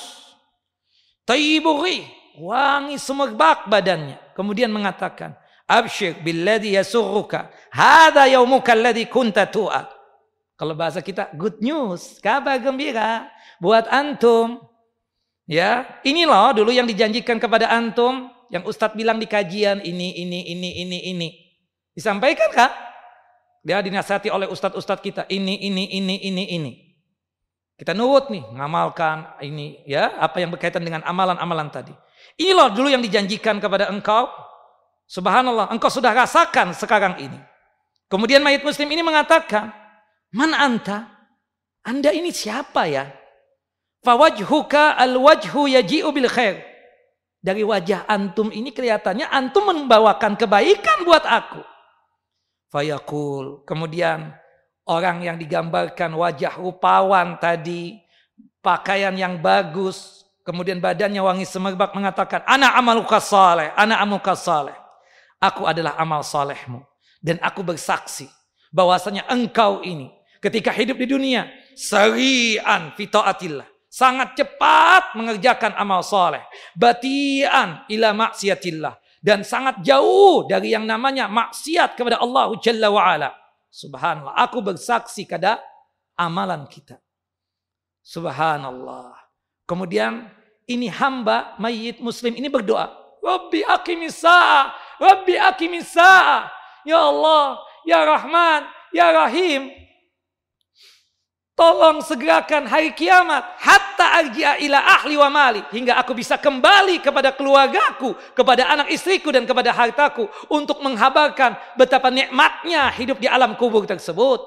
Speaker 1: tayyiburi, wangi semerbak badannya. Kemudian mengatakan, absyir billadhi yasurruka, hadha yaumuka alladhi kunta tu'ad. Kalau bahasa kita, good news, kabar gembira buat antum. Ya, ini loh dulu yang dijanjikan kepada antum, yang Ustadz bilang di kajian ini, ini, ini, ini, ini. Disampaikan kan? Dia dinasihati oleh Ustadz-Ustadz kita, ini, ini, ini, ini, ini. Kita nurut nih, ngamalkan ini, ya, apa yang berkaitan dengan amalan-amalan tadi. Ini loh dulu yang dijanjikan kepada engkau. Subhanallah, engkau sudah rasakan sekarang ini. Kemudian mayit muslim ini mengatakan, man anta? Anda ini siapa ya? Fawajhuka alwajhu yaji'u bil khair. Dari wajah antum ini kelihatannya antum membawakan kebaikan buat aku. Fayaqul. Kemudian orang yang digambarkan wajah rupawan tadi, pakaian yang bagus, kemudian badannya wangi semerbak mengatakan, ana amaluka saleh, ana amuka saleh. Aku adalah amal salehmu. Dan aku bersaksi bahwasanya engkau ini ketika hidup di dunia sari'an fi taatillah, sangat cepat mengerjakan amal saleh, bati'an ila maksiatillah, dan sangat jauh dari yang namanya maksiat kepada Allah Jalla wa Ala. Subhanallah, aku bersaksi kepada amalan kita. Subhanallah. Kemudian ini hamba mayit muslim ini berdoa, Rabbi aqimis sa'a, Rabbi aqimis sa'a. Ya Allah, ya Rahman, ya Rahim, tolong segerakan hari kiamat hatta arji'a ila ahli wa mali, hingga aku bisa kembali kepada keluargaku, kepada anak istriku dan kepada hartaku untuk menghabarkan betapa nikmatnya hidup di alam kubur tersebut.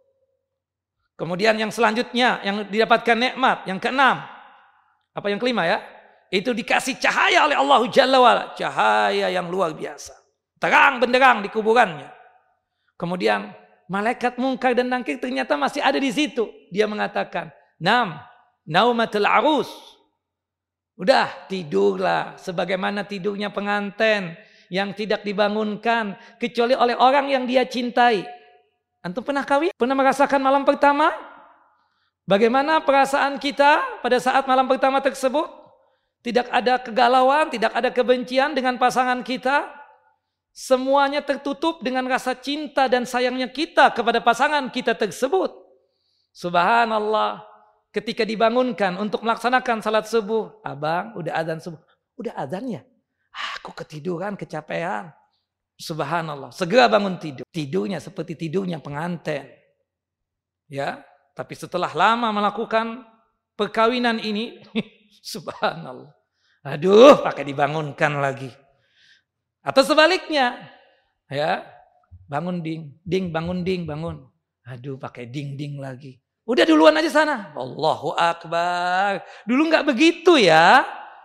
Speaker 1: Kemudian yang selanjutnya yang didapatkan nikmat yang keenam, apa yang kelima ya? Itu dikasih cahaya oleh Allah Jalla wa Ala, cahaya yang luar biasa, terang benderang di kuburannya. Kemudian malaikat mungkar dan nangkir ternyata masih ada di situ. Dia mengatakan, nam, naumatul arus. Udah tidurlah sebagaimana tidurnya pengantin yang tidak dibangunkan kecuali oleh orang yang dia cintai. Antum pernah kawin? Pernah merasakan malam pertama? Bagaimana perasaan kita pada saat malam pertama tersebut? Tidak ada kegalauan, tidak ada kebencian dengan pasangan kita. Semuanya tertutup dengan rasa cinta dan sayangnya kita kepada pasangan kita tersebut. Subhanallah. Ketika dibangunkan untuk melaksanakan salat subuh. Abang, udah azan subuh. Udah azan ya? Aku ketiduran, kecapean. Subhanallah. Segera bangun tidur. Tidurnya seperti tidurnya pengantin. Ya, tapi setelah lama melakukan perkawinan ini. Subhanallah. Aduh, pakai dibangunkan lagi. Atau sebaliknya, ya, bangun ding, ding, bangun ding, bangun. Aduh, pakai ding, ding lagi. Udah duluan aja sana. Allahu Akbar. Dulu nggak begitu ya,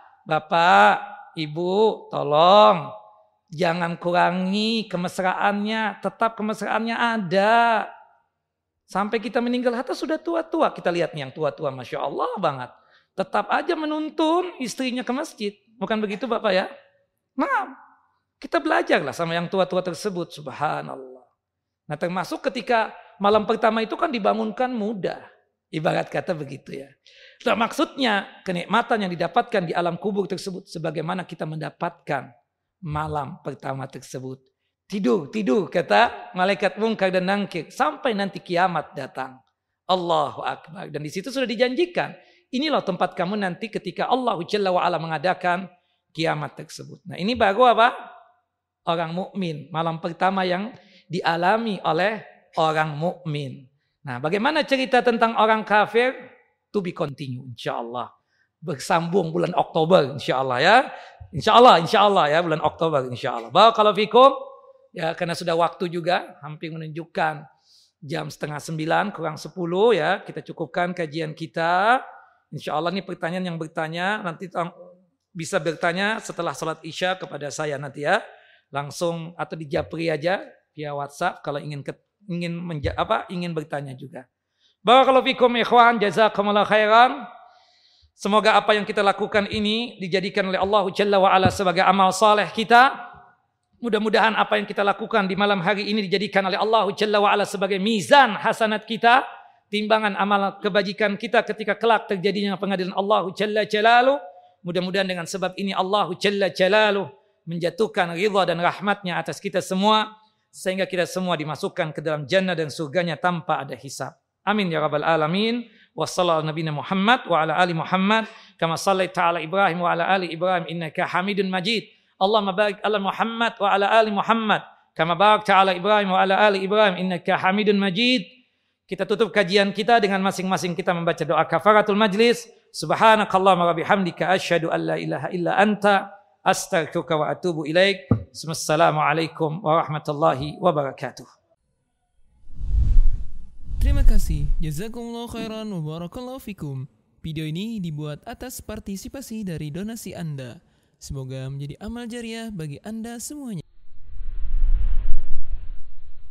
Speaker 1: Bapak, Ibu, tolong jangan kurangi kemesraannya. Tetap kemesraannya ada. Sampai kita meninggal, hatta sudah tua-tua. Kita lihat nih yang tua-tua, masya Allah banget. Tetap aja menuntun istrinya ke masjid. Bukan begitu Bapak ya? Nah, kita belajarlah sama yang tua-tua tersebut. Subhanallah. Nah termasuk ketika malam pertama itu kan dibangunkan muda. Ibarat kata begitu ya. Nah, maksudnya kenikmatan yang didapatkan di alam kubur tersebut. Sebagaimana kita mendapatkan malam pertama tersebut. Tidur, tidur kata malaikat mungkar dan nangkir. Sampai nanti kiamat datang. Allahu Akbar. Dan di situ sudah dijanjikan. Inilah tempat kamu nanti ketika Allah Jalla wa'ala mengadakan kiamat tersebut. Nah ini baru apa? Orang mukmin malam pertama yang dialami oleh orang mukmin. Nah, bagaimana cerita tentang orang kafir? To be continue, insyaallah. Bersambung bulan Oktober, insyaallah ya. Insyaallah, insyaallah ya, bulan Oktober, insyaallah. Barakallahu fikum. Ya, karena sudah waktu juga, hampir menunjukkan jam setengah sembilan, kurang sepuluh ya. Kita cukupkan kajian kita. Insyaallah ini pertanyaan yang bertanya, nanti bisa bertanya setelah sholat isya kepada saya nanti ya. Langsung atau di japri aja via WhatsApp kalau ingin ke, ingin menja, apa ingin bertanya juga. Barakallahu fikum ikhwan, jazakumullah khairan. Semoga apa yang kita lakukan ini dijadikan oleh Allah Jalla wa Ala sebagai amal saleh kita. Mudah-mudahan apa yang kita lakukan di malam hari ini dijadikan oleh Allah Jalla wa Ala sebagai mizan hasanat kita, timbangan amal kebajikan kita ketika kelak terjadinya pengadilan Allah Jalla Jalaluh. Mudah-mudahan dengan sebab ini Allah Jalla Jalaluh menjatuhkan ridha dan rahmatnya atas kita semua, sehingga kita semua dimasukkan ke dalam jannah dan surganya tanpa ada hisab. Amin ya rabbal alamin. Wa sallallahu nabiyina Muhammad wa ala ali Muhammad kama sallaita ala Ibrahim wa ala ali Ibrahim innaka Hamidun Majid. Allahumma barik ala Muhammad wa ala ali Muhammad kama barakta ala Ibrahim wa ala ali Ibrahim innaka Hamidun Majid. Kita tutup kajian kita dengan masing-masing kita membaca doa kafaratul majlis. Subhanakallahumma wa bihamdika asyhadu an la ilaha illa anta astaghfiruka wa atubu ilaik. Assalamualaikum warahmatullahi wabarakatuh.
Speaker 2: Terima kasih. Jazakumullah khairan wa barakallahu fikum. Video ini dibuat atas partisipasi dari donasi Anda. Semoga menjadi amal jariah bagi Anda semuanya.